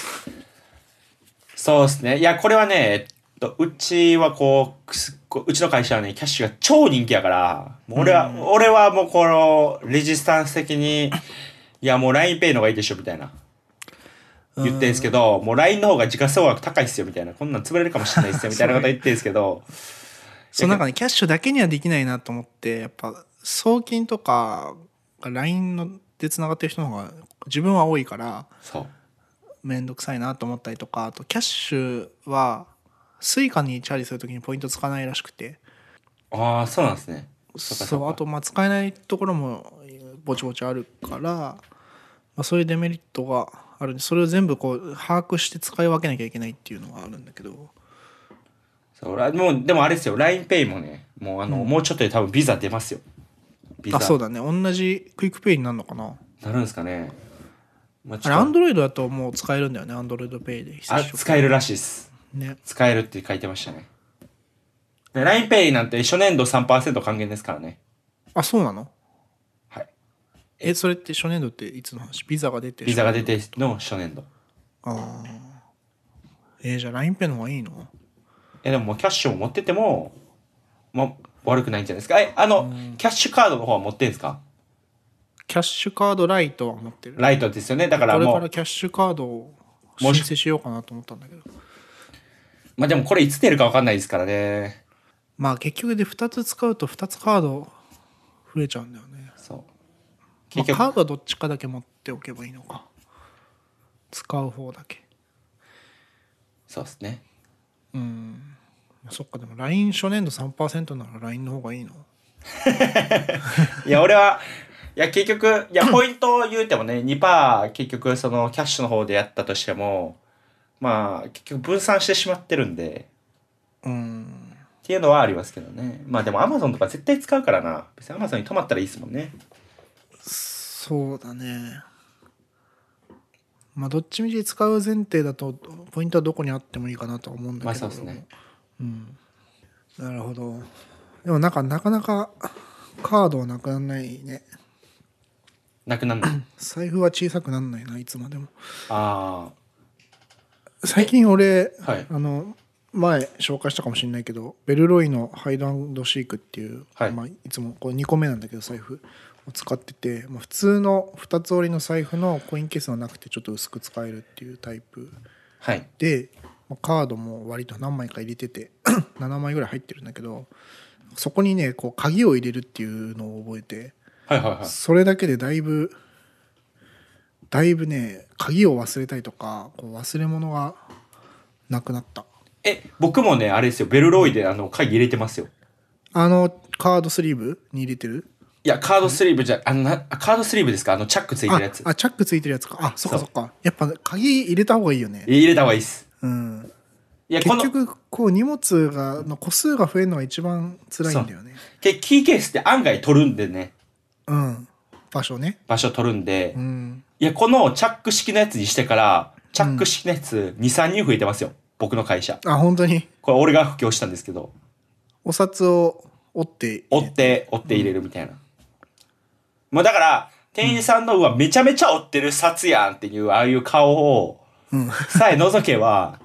Speaker 2: そうですね。いやこれはね、えっと、うちはこううちの会社はねキャッシュが超人気やから、もう俺は、うん、俺はもうこのレジスタンス的にいやもう ラインペイ の方がいいでしょみたいな言ってんすけど、うん、もう ライン の方が時価総額高いっすよみたいな、こんなん潰れるかもしれないっすよみたいなこと言ってんすけど
Speaker 1: そうなんかねキャッシュだけにはできないなと思って、やっぱ送金とか ライン のでつながってる人の方が自分は多いから面倒くさいなと思ったりとか、あとキャッシュはスイカにチャージするときにポイントつかないらしくて。
Speaker 2: ああそうなんですね。
Speaker 1: そうあとまあ使えないところもぼちぼちあるから、まあ、そういうデメリットがあるんで、それを全部こう把握して使い分けなきゃいけないっていうのがあるんだけど。
Speaker 2: そうもうでもあれですよ ラインペイ もねもうあの、うん、もうちょっとで多分ビザ出ますよ。
Speaker 1: ビザあそうだね、同じクイックペイになるのかな。
Speaker 2: なるんですかね。
Speaker 1: まあ、あれアンドロイドだともう使えるんだよね。アンドロイドペイで
Speaker 2: あ使えるらしいです、ね、使えるって書いてましたね。で ラインペイ なんて初年度 さんパーセント 還元ですからね。
Speaker 1: あそうなの。
Speaker 2: はい。
Speaker 1: えそれって初年度っていつの話？ビザが出て
Speaker 2: ビザが出ての初年度。
Speaker 1: ああえー、じゃあ ラインペイ の方がいいの？
Speaker 2: えでももうキャッシュを持っててもまあ悪くないんじゃないですか。えあのキャッシュカードの方は持ってるんですか？
Speaker 1: キャッシュカードライトは持ってる。
Speaker 2: ライトですよね。だからもう
Speaker 1: これからキャッシュカードを申請しようかなと思ったんだけど、
Speaker 2: まあでもこれいつ出るか分かんないですからね。
Speaker 1: まあ結局でふたつ使うとふたつカード増えちゃうんだよね。
Speaker 2: そう
Speaker 1: 結局、まあ、カードはどっちかだけ持っておけばいいのか、使う方だけ。
Speaker 2: そうですね。
Speaker 1: うんそっか。でも ライン 初年度 さんパーセント なら ライン の方がいいの？
Speaker 2: いや俺はいや結局いやポイントを言うてもね にパーセント 結局そのキャッシュの方でやったとしてもまあ結局分散してしまってるんで
Speaker 1: うん
Speaker 2: っていうのはありますけどね。まあでも Amazon とか絶対使うからな。別に Amazon に泊まったらいいですもんね。
Speaker 1: そうだね。まあどっちみち使う前提だとポイントはどこにあってもいいかなとは思うんだけど。まあ
Speaker 2: そうですね。
Speaker 1: うん。なるほど。でもなんかなかなかカードはなくならないね。
Speaker 2: なくならない。
Speaker 1: 財布は小さくならないないつまでも。
Speaker 2: ああ。
Speaker 1: 最近俺、
Speaker 2: はい、
Speaker 1: あの前紹介したかもしれないけどベルロイのハイド&シークっていう、
Speaker 2: はい
Speaker 1: まあ、いつもこうにこめなんだけど財布を使ってて、まあ、普通のふたつ折りの財布のコインケースがなくてちょっと薄く使えるっていうタイプ、
Speaker 2: はい、
Speaker 1: で、まあ、カードも割と何枚か入れててななまいぐらい入ってるんだけど、そこにねこう鍵を入れるっていうのを覚えて、
Speaker 2: はいはいはい、
Speaker 1: それだけでだいぶだいぶね鍵を忘れたりとかこう忘れ物がなくなった。
Speaker 2: え、僕もね、あれですよ、ベルロイであの鍵入れてますよ。
Speaker 1: あのカードスリーブに入れてる？
Speaker 2: いや、カードスリーブじゃ、あのな、カードスリーブですか？あの、チャックついてるやつ。
Speaker 1: ああチャックついてるやつか。あそっかそっか。やっぱ鍵入れた方がいいよね。
Speaker 2: 入れた方がいいっす。
Speaker 1: うん。
Speaker 2: いや、こ
Speaker 1: 結
Speaker 2: の、
Speaker 1: 局こう荷物がの個数が増えるのが一番辛いんだよね。
Speaker 2: けキーケースって案外取るんでね、
Speaker 1: うん。場所ね。
Speaker 2: 場所取るんで、
Speaker 1: うん。
Speaker 2: いや、このチャック式のやつにしてから、チャック式のやつに、さんにん増えてますよ。僕の会社。
Speaker 1: あ本当に。
Speaker 2: これ俺が布教したんですけど、
Speaker 1: お札を折って
Speaker 2: 折って、折って入れるみたいな。もうだから、店員さんの、うわ、めちゃめちゃ折ってる札やんっていう、ああいう顔を、さえ覗けば、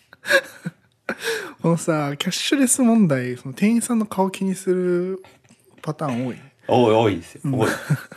Speaker 1: このさキャッシュレス問題、その店員さんの顔気にするパターン多い。
Speaker 2: 多い、多いですよ。多い。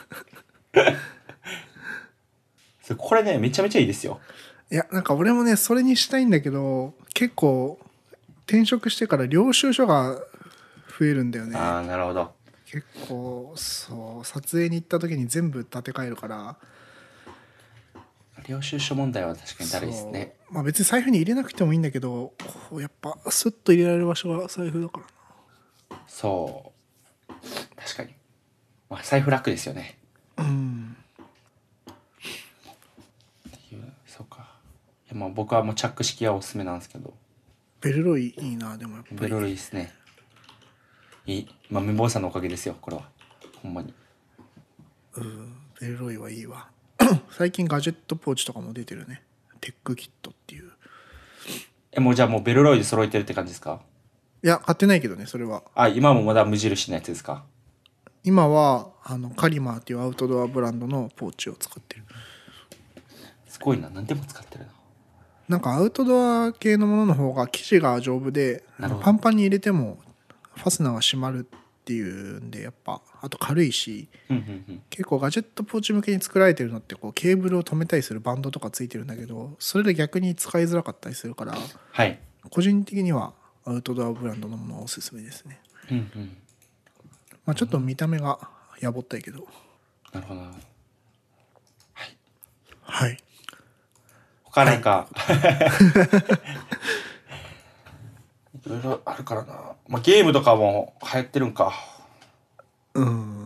Speaker 2: それこれね、めちゃめちゃいいですよ。
Speaker 1: いやなんか俺もねそれにしたいんだけど、結構転職してから領収書が増えるんだよね。
Speaker 2: ああ、なるほど。
Speaker 1: 結構そう撮影に行った時に全部立て替えるから。
Speaker 2: 領収書問題は確かにだるいですね。
Speaker 1: まあ別に財布に入れなくてもいいんだけど、こうやっぱスッと入れられる場所が財布だからな。
Speaker 2: そう確かに、まあ、財布楽ですよね。
Speaker 1: うん
Speaker 2: そうか。いや、まあ僕はもうチャック式はおすすめなんですけど。
Speaker 1: ベルロイいいな。でもやっぱり
Speaker 2: ベルロイいいですね。いい。まあ綿棒さんのおかげですよこれは。ほんまに。
Speaker 1: うんベルロイはいいわ。最近ガジェットポーチとかも出てるね。テックキットっていう。
Speaker 2: え、もうじゃあもうベルロイで揃えてるって感じですか？
Speaker 1: いや買ってないけどねそれは。
Speaker 2: あ、今もまだ無印のやつですか？
Speaker 1: 今はあのカリマーっていうアウトドアブランドのポーチを使ってる。
Speaker 2: すごいな、何でも使ってるな。
Speaker 1: なんかアウトドア系のものの方が生地が丈夫でパンパンに入れてもファスナーが閉まるっていうんで、やっぱあと軽いし、
Speaker 2: うんうんうん、
Speaker 1: 結構ガジェットポーチ向けに作られてるのってこうケーブルを止めたりするバンドとかついてるんだけど、それで逆に使いづらかったりするから、
Speaker 2: はい、
Speaker 1: 個人的にはアウトドアブランドのものがおすすめですね。
Speaker 2: うんうん、
Speaker 1: まあちょっと見た目がやぼったいけど。
Speaker 2: なるほど。はい
Speaker 1: はい
Speaker 2: 他なんか、はい、いろいろあるからな。まあ、ゲームとかも流行ってるんか。
Speaker 1: うん。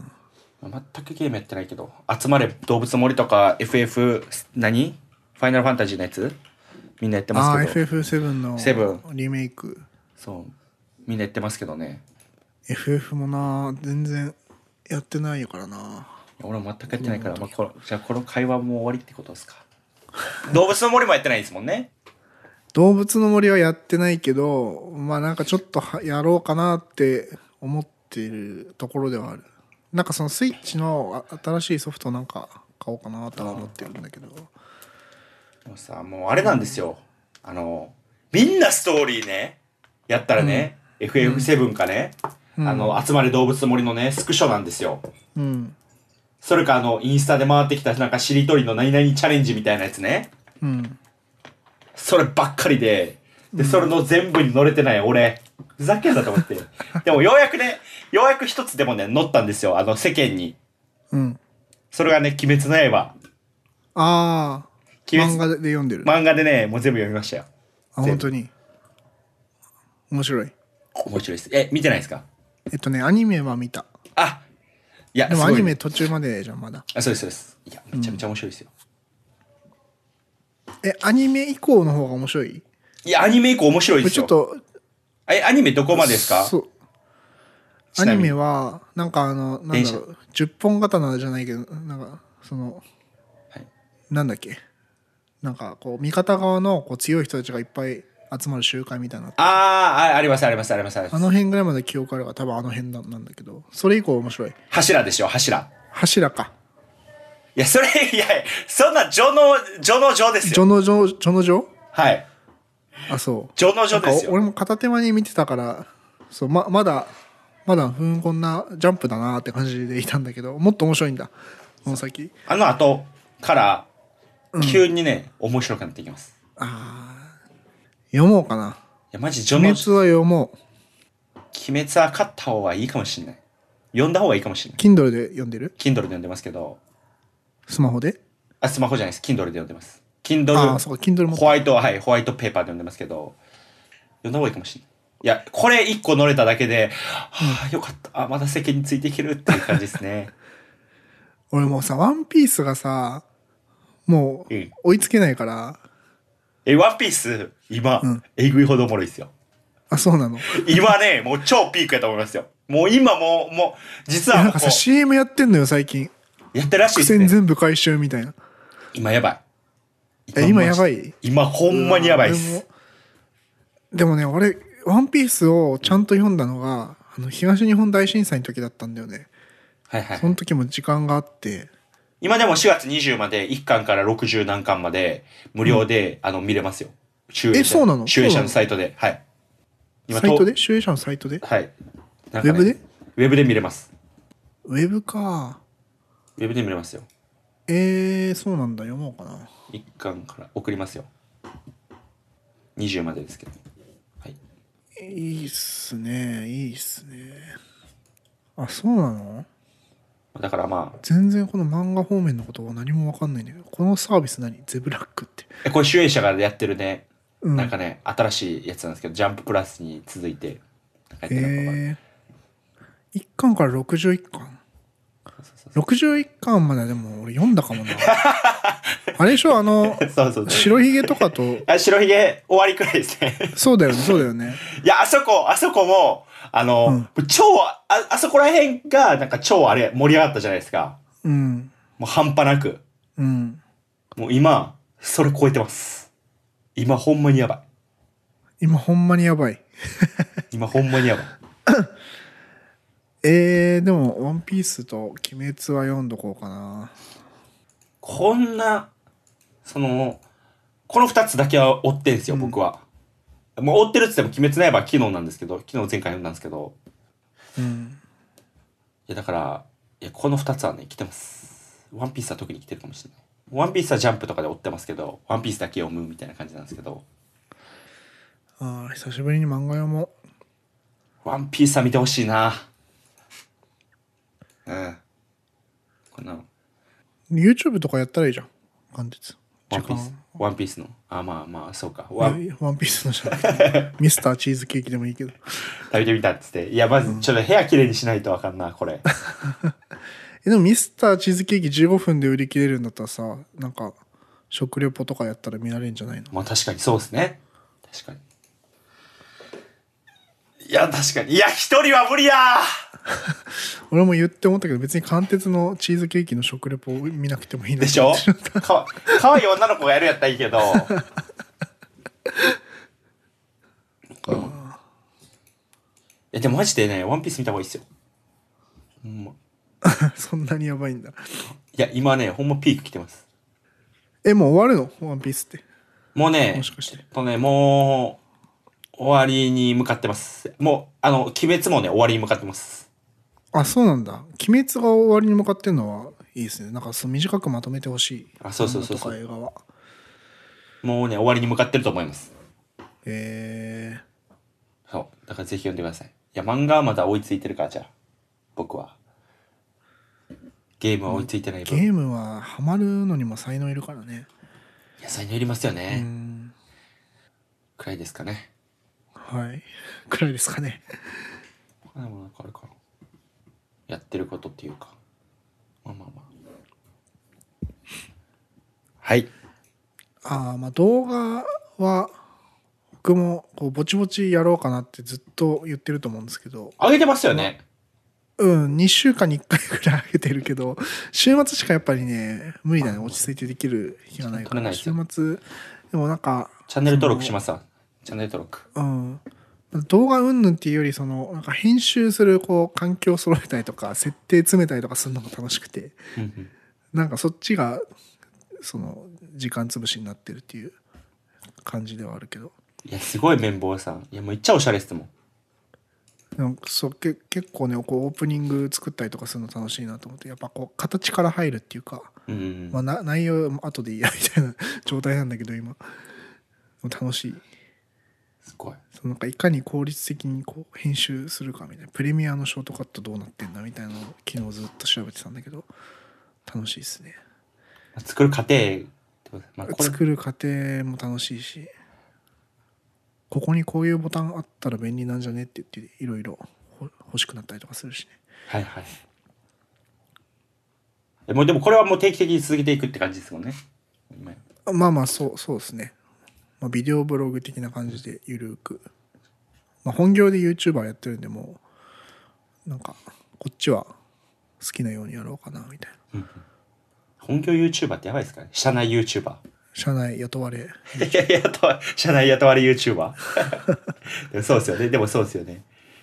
Speaker 2: 全くゲームやってないけど、集まれ動物の森とか エフエフ 何？ファイナルファンタジーのやつみんなやってますけど。
Speaker 1: ああ エフエフセブン のリメイク。
Speaker 2: そうみんなやってますけどね。
Speaker 1: エフエフ もな全然やってないからな。
Speaker 2: 俺も全くやってないから、まあ、このじゃあこの会話も終わりってことですか？動物の森もやってないですもんね。
Speaker 1: 動物の森はやってないけど、まあなんかちょっとやろうかなって思っているところではある。なんかそのスイッチの新しいソフトなんか買おうかなとは思ってるんだけど。
Speaker 2: でもさ、もうあれなんですよ。あの、みんなストーリーね、やったらね、うん、エフエフセブン かね、うん、あの、集まれ動物の森のね、スクショなんですよ。うん。それかあの、インスタで回ってきたなんかしりとりの何々チャレンジみたいなやつね。うん。そればっかりで、で、それの全部に乗れてない俺、ふざけんなと思って。でもようやくね、ようやく一つでもね、乗ったんですよ、あの世間に。うん。それがね、鬼滅の刃。あ
Speaker 1: あ。漫画で読んでる。
Speaker 2: 漫画でね、もう全部読みましたよ。
Speaker 1: あ、本当に。面白い。
Speaker 2: 面白いです。え、見てないですか？
Speaker 1: えっとね、アニメは見た。
Speaker 2: あ、いや、
Speaker 1: でもアニメ途中までじゃん、まだ。
Speaker 2: あ、そうです、そうです。いや、めちゃめちゃ面白いですよ。
Speaker 1: うん、え、アニメ以降の方が面白い？
Speaker 2: いや、アニメ以降面白いですよ。
Speaker 1: ちょっと、
Speaker 2: え、アニメどこまでですか？そう。
Speaker 1: アニメは、なんかあの、なんだろう、じゅっぽん刀じゃないけど、なんか、その、はい、なんだっけ。なんか、こう、味方側のこう強い人たちがいっぱい集まる集会みたいな。
Speaker 2: ああ、あります、あります、あります。あ
Speaker 1: の辺ぐらいまで記憶あるから、多分あの辺なんだけど、それ以降面白い。
Speaker 2: 柱でしょ、柱。
Speaker 1: 柱か。
Speaker 2: いや、それ、いや、そんな、序の、序の序ですよ。
Speaker 1: 序の序、序の序？はい。あ、そう。
Speaker 2: 序の序ですよ。
Speaker 1: 俺も片手間に見てたから、そう、ま、まだ、まだ、ふん、こんなジャンプだなって感じでいたんだけど、もっと面白いんだ、この先。
Speaker 2: あの後から、急にね、うん、面白くなっていきます。
Speaker 1: ああ。読もうかな。い
Speaker 2: や、マジ、序の。
Speaker 1: 鬼滅は読もう。
Speaker 2: 鬼滅は買った方がいいかもしれない。読んだ方がいいかもしれない。
Speaker 1: Kindle で読んでる？
Speaker 2: Kindle で読んでますけど。
Speaker 1: スマホで？
Speaker 2: あ、 あ、スマホじゃないです。Kindle で読んでます。
Speaker 1: あ
Speaker 2: Kindle
Speaker 1: あ、そうか、Kindle も。
Speaker 2: ホワイト、はい、ホワイトペーパーで読んでますけど、読んだ方がいいかもしれない。いや、これ一個乗れただけで、はあ、よかった。あ、まだ世間についていけるっていう感じですね。
Speaker 1: 俺もうさ、ワンピースがさ、もう
Speaker 2: うん。
Speaker 1: 追いつけないから。
Speaker 2: え、ワンピース、今、
Speaker 1: うん
Speaker 2: えぐいほどおもろいですよ。
Speaker 1: あ、そうなの。
Speaker 2: 今ね、もう超ピークやと思いますよ。もう今もう、もう、実はもう
Speaker 1: なんかさ、シーエム やってんのよ、最近。
Speaker 2: やってるらしい
Speaker 1: 伏線
Speaker 2: ですね。
Speaker 1: 全部回収みたいな。
Speaker 2: 今やばい。
Speaker 1: え、今やばい？
Speaker 2: 今ほんまにやばいっす。
Speaker 1: でもね、俺、ワンピースをちゃんと読んだのが、あの、東日本大震災の時だったんだよね。
Speaker 2: はいはい。
Speaker 1: その時も時間があって、
Speaker 2: 今でもしがつにじゅうまでいっかんからろくじゅう何巻まで無料で、うん、あの見れますよ。
Speaker 1: え、そうなの？
Speaker 2: 集英社のサイトで。はい。
Speaker 1: 今サイトで？集英社のサイトで？
Speaker 2: はい。ね、
Speaker 1: ウェブで？
Speaker 2: ウェブで見れます。
Speaker 1: ウェブか。
Speaker 2: ウェブで見れますよ。
Speaker 1: えー、そうなんだ。読もうかな。
Speaker 2: いっかんから送りますよ。にじゅうまでですけど。はい。
Speaker 1: いいっすね。いいっすね。あ、そうなの？
Speaker 2: だからまあ
Speaker 1: 全然この漫画方面のことは何も分かんないんだけど、このサービス何？ゼブラックって。
Speaker 2: え、これ集英社がやってるね、
Speaker 1: うん、
Speaker 2: なんかね、新しいやつなんですけど、ジャンププラスに続いてやってるのかな。
Speaker 1: えー、いっかんからろくじゅういっかん。ろくじゅういっかんまででも俺読んだかもな。あれでしょ、あの
Speaker 2: そうそう
Speaker 1: 白ひげとかと。
Speaker 2: あ、白ひげ終わりくらいですね。
Speaker 1: そうだよね、そうだよね。
Speaker 2: いや、あそこ、あそこも、あの、うん、超、あ、あそこら辺が、なんか超あれ、盛り上がったじゃないですか。
Speaker 1: うん。
Speaker 2: もう半端なく。
Speaker 1: うん。
Speaker 2: もう今、それ超えてます。今ほんまにやば
Speaker 1: い。今ほんまにやばい。
Speaker 2: 今ほんまにやばい。
Speaker 1: えー、でも、ワンピースと鬼滅は読んどこうかな。
Speaker 2: こんな、その、この二つだけは追ってんすよ、うん、僕は。もう追ってるって言っても鬼滅の刃は昨日なんですけど、昨日前回読んだんですけど。
Speaker 1: うん。
Speaker 2: いや、だから、いや、この二つはね、来てます。ワンピースは特に来てるかもしれない。ワンピースはジャンプとかで追ってますけど、ワンピースだけ読むみたいな感じなんですけど。
Speaker 1: ああ、久しぶりに漫画読も
Speaker 2: う。ワンピースは見てほしいな。うん。こんなの。
Speaker 1: YouTube とかやったらいいじゃん。完結。
Speaker 2: ワンピース。ワンピースの。あ、まあまあ、そうか。
Speaker 1: ワンワンピースのじゃなくて、ミスターチーズケーキでもいいけど。
Speaker 2: 食べてみたっつって。いや、まず、ちょっと部屋きれいにしないとわかんな、これ。
Speaker 1: え、でもミスターチーズケーキじゅうごふんで売り切れるんだったらさ、なんか、食レポとかやったら見られるんじゃないの？
Speaker 2: まあ確かにそうですね。確かに。いや、確かに。いや、一人は無理や
Speaker 1: 俺も言って思ったけど、別に貫徹のチーズケーキの食レポを見なくてもいいの
Speaker 2: でしょ？かかわいい女の子がやるやったらいいけど。うん、いや、でもマジでね、ワンピース見た方がいいっすよ。ほんま。
Speaker 1: そんなにやばいんだ。
Speaker 2: いや、今ね、ほんまピーク来てます。
Speaker 1: え、もう終わるの？ワンピースって。
Speaker 2: もうね、
Speaker 1: もしかして。
Speaker 2: えっとね、もう、終わりに向かってます。もう、あの、鬼滅もね、終わりに向かってます。
Speaker 1: あ、そうなんだ。鬼滅が終わりに向かってんのはいいですね。なんかそう短くまとめてほしい。
Speaker 2: あ、そうそうそうそう。
Speaker 1: 映画は。
Speaker 2: もうね、終わりに向かってると思います。
Speaker 1: へえ
Speaker 2: ー。そう。だからぜひ読んでください。いや、漫画はまだ追いついてるから、じゃあ。僕は。ゲームは追いついてない分。
Speaker 1: ゲームはハマるのにも才能いるからね。
Speaker 2: いや、才能いりますよね。
Speaker 1: うん。
Speaker 2: くらいですかね。
Speaker 1: はい。くらいですかね。
Speaker 2: でもなんかあるかな。やってることっていうか。まあまあまあ。はい。
Speaker 1: ああ、まあ動画は僕もこうぼちぼちやろうかなってずっと言ってると思うんですけど。
Speaker 2: 上げてますよね。
Speaker 1: うん、にしゅうかんにいっかいぐらい上げてるけど、週末しかやっぱりね、無理だね。落ち着いてできる日がないから。週末、でもなんか。
Speaker 2: チャンネル登録しますわ。チャンネル登録。
Speaker 1: うん。動画云々っていうより、その、なんか編集する、こう、環境を揃えたりとか、設定詰めたりとかするのが楽しくて、
Speaker 2: うんうん、
Speaker 1: なんかそっちが、その、時間潰しになってるっていう感じではあるけど。
Speaker 2: いや、すごい綿棒さん。いや、もういっちゃおしゃれっすもん。
Speaker 1: なんかそうけ結構ねこうオープニング作ったりとかするの楽しいなと思って、やっぱこう形から入るっていうか、
Speaker 2: うんうん、
Speaker 1: まあ、な内容後でいいやみたいな状態なんだけど今楽しい。
Speaker 2: すごい。
Speaker 1: そのなんかいかに効率的にこう編集するかみたいな、プレミアのショートカットどうなってんだみたいなのを昨日ずっと調べてたんだけど楽しいですね。
Speaker 2: 作る過程ってこと、まあ、これ
Speaker 1: 作る過程も楽しいし、ここにこういうボタンあったら便利なんじゃねって言っていろいろ欲しくなったりとかするしね。
Speaker 2: はいはい。えもうでもこれはもう定期的に続けていくって感じですもんね。
Speaker 1: まあまあそうそうですね、まあ、ビデオブログ的な感じでゆるく、まあ、本業で YouTuber やってるんで、もうなんかこっちは好きなようにやろうかなみたいな、うん、
Speaker 2: 本業 YouTuber ってやばいですかね。社内 YouTuber。
Speaker 1: 社内雇われ。
Speaker 2: いや雇わ社内雇われ YouTuber。でもそうですよね。でもそうですよね。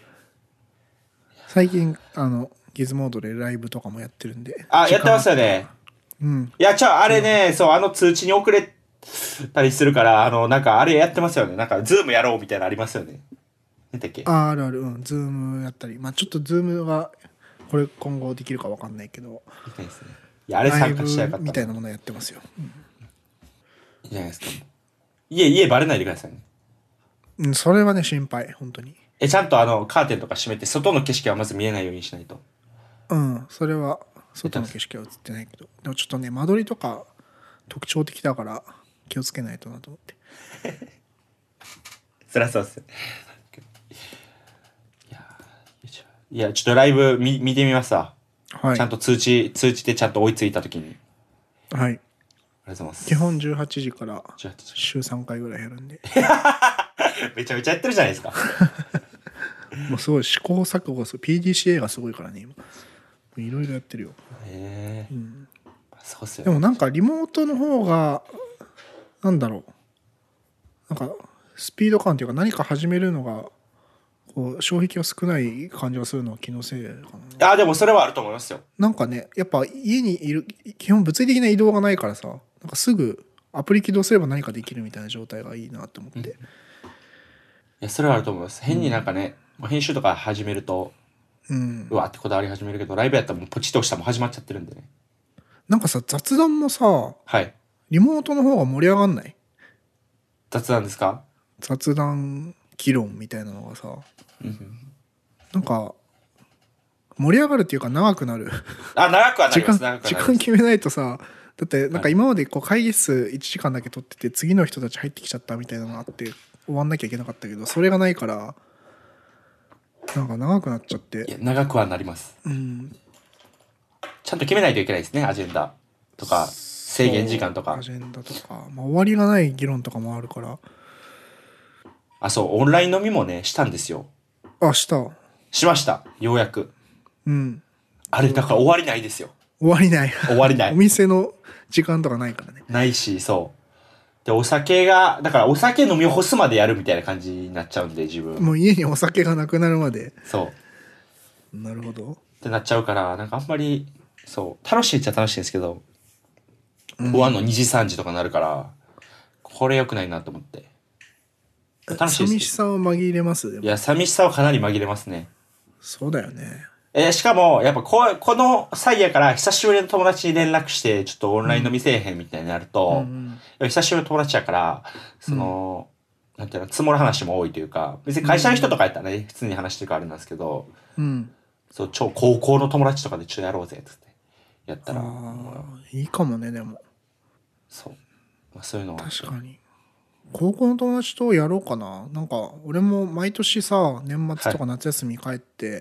Speaker 1: 最近あのギズモードでライブとかもやってるんで。
Speaker 2: あ、やってますよね。うん。いや、ちゃあれね、そう、あの通知に遅れたりするから、あの、なんかあれやってますよね。なんか、ズームやろうみたいなのありますよね。何だっけ。
Speaker 1: あ、あるある、うん。ズームやったり。まあちょっとズームが、これ今後できるか分かんないけど。いいですね。いや、あれ参加しちゃうかった。みたいなものやってますよ。うん、い
Speaker 2: いじゃないですか。家、家バレないでくださいね。
Speaker 1: うん、それはね、心配、本当に。
Speaker 2: え、ちゃんとあの、カーテンとか閉めて、外の景色はまず見えないようにしないと。
Speaker 1: うん、それは、外の景色は映ってないけど。でもちょっとね、間取りとか特徴的だから気をつけないとなと思って。
Speaker 2: そりゃそうっす。いや、いや、ちょっとライブ見見てみますわ。はい。ちゃんと通知、通知でちゃんと追いついたときに。
Speaker 1: はい。あり
Speaker 2: がとうございます。
Speaker 1: 基本じゅうはちじから週さんかいぐらいやるんで。
Speaker 2: めちゃめちゃやってるじゃないですか。
Speaker 1: もうすごい試行錯誤する。ピーディーシーエー がすごいからね、今。いろいろやってるよ。へえ、うん。そうっすよね。でもなんかリモートの方が、なんだろう。なんか、スピード感というか何か始めるのが、こう、障壁が少ない感じがするのは気のせいか
Speaker 2: な。あ、でもそれはあると思いますよ。
Speaker 1: なんかね、やっぱ家にいる、基本物理的な移動がないからさ、なんかすぐアプリ起動すれば何かできるみたいな状態がいいなと思って。うん、い
Speaker 2: や、それはあると思います。変になんかね、うん、編集とか始めると、うん、うわってこだわり始めるけど、ライブやったらもうポチッと押したらもう始まっちゃってるんでね。
Speaker 1: なんかさ、雑談もさ、はい、リモートの方が盛り上がんない？
Speaker 2: 雑談ですか？
Speaker 1: 雑談議論みたいなのがさ、うん、なんか盛り上がるっていうか長くなる。
Speaker 2: あ、長くはなります。
Speaker 1: 時間、時間決めないとさ、だってなんか今までこう会議室いちじかんだけ取ってて次の人たち入ってきちゃったみたいなのがあって終わんなきゃいけなかったけど、それがないからなんか長くなっちゃって。
Speaker 2: いや、長くはなります。うん。ちゃんと決めないといけないですね、アジェンダとか制限時間とか。
Speaker 1: アジェンダとか、まあ、終わりがない議論とかもあるから。
Speaker 2: あ、そう、オンライン飲みもね、したんですよ。
Speaker 1: あ、した。
Speaker 2: しました。ようやく。うん。あれ、だから終わりないですよ。
Speaker 1: 終わりない。
Speaker 2: 終わりない。
Speaker 1: お店の時間とかないからね。
Speaker 2: ないし、そう。で、お酒が、だからお酒飲み干すまでやるみたいな感じになっちゃうんで、自分。
Speaker 1: もう家にお酒がなくなるまで。
Speaker 2: そう。
Speaker 1: なるほど。
Speaker 2: ってなっちゃうから、なんかあんまり、そう、楽しいっちゃ楽しいんですけど、うん、終わんのにじさんじとかなるから、これ良くないなと思って。
Speaker 1: 楽しいです。寂しさを紛れます？
Speaker 2: いや、寂しさはかなり紛れますね。
Speaker 1: そうだよね。
Speaker 2: えー、しかも、やっぱこう、この際やから久しぶりの友達に連絡して、ちょっとオンライン飲みせえへんみたいになると、うんうん、久しぶりの友達やから、その、うん、なんていうの、積もる話も多いというか、別に会社の人とかやったらね、うん、普通に話してるからあれなんですけど、うん、そう、超高校の友達とかでちょっとやろうぜ、つって。やったら。
Speaker 1: いいかもね、でも。
Speaker 2: そう。まあ、そういうのは。
Speaker 1: 確かに。高校の友達とやろうかな。なんか、俺も毎年さ、年末とか夏休み帰って、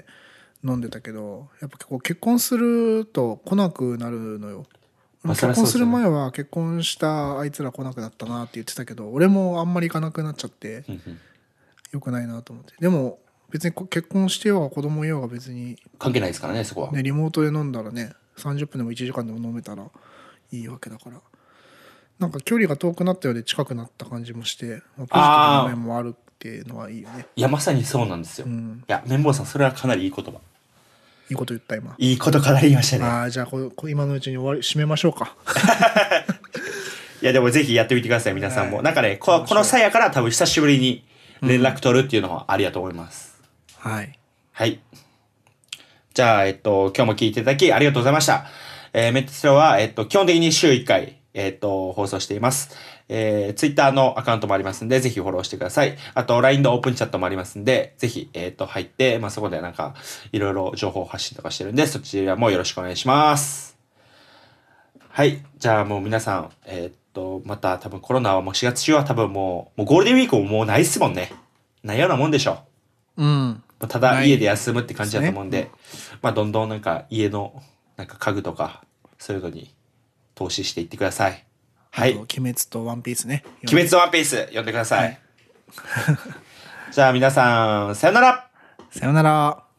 Speaker 1: 飲んでたけど、やっぱ結構結婚すると来なくなるのよ。結婚する前は結婚したあいつら来なくなったなって言ってたけど、俺もあんまり行かなくなっちゃってよくないなと思って。でも別に結婚してようが子供いようが別に
Speaker 2: 関係ないですからね、そこは
Speaker 1: ね。リモートで飲んだらね、さんじゅっぷんでもいちじかんでも飲めたらいいわけだから、なんか距離が遠くなったようで近くなった感じもして、まあ、ポジティブな面もあるっていうのはいいよね。
Speaker 2: いや、まさにそうなんですよ。うん、いや、綿棒さん、それはかなりいい言葉。
Speaker 1: いいこと言った今。
Speaker 2: いいことかなり言いましたね。
Speaker 1: ああ、じゃあここ今のうちに終わり締めましょうか。
Speaker 2: いや、でもぜひやってみてください、皆さんも。はい、なんかね、ここの際やから多分久しぶりに連絡取るっていうのはありだと思います。
Speaker 1: うん、はい。
Speaker 2: はい。じゃあ、えっと、今日も聞いていただきありがとうございました。えー、メッツロは、えっと、基本的に週いっかい、えっと、放送しています。えー、Twitter のアカウントもありますんで、ぜひフォローしてください。あと、ライン のオープンチャットもありますんで、ぜひ、えっと、入って、まあ、そこでなんか、いろいろ情報発信とかしてるんで、そちらもよろしくお願いします。 はい。じゃあもう皆さん、えーっと、また多分コロナはもうしがつ中は多分もう、もうゴールデンウィークももうないっすもんね。ないようなもんでしょ。
Speaker 1: うん
Speaker 2: ただ
Speaker 1: ない
Speaker 2: 家で休むって感じだと思うんで、
Speaker 1: です
Speaker 2: まあどんどんなんか家のなんか家具とかそういうのに投資していってください。はい。
Speaker 1: あと鬼滅とワンピースね
Speaker 2: 鬼滅のワンピース読んでください。
Speaker 1: はい
Speaker 2: じゃあ皆さん、さよなら。
Speaker 1: さよなら。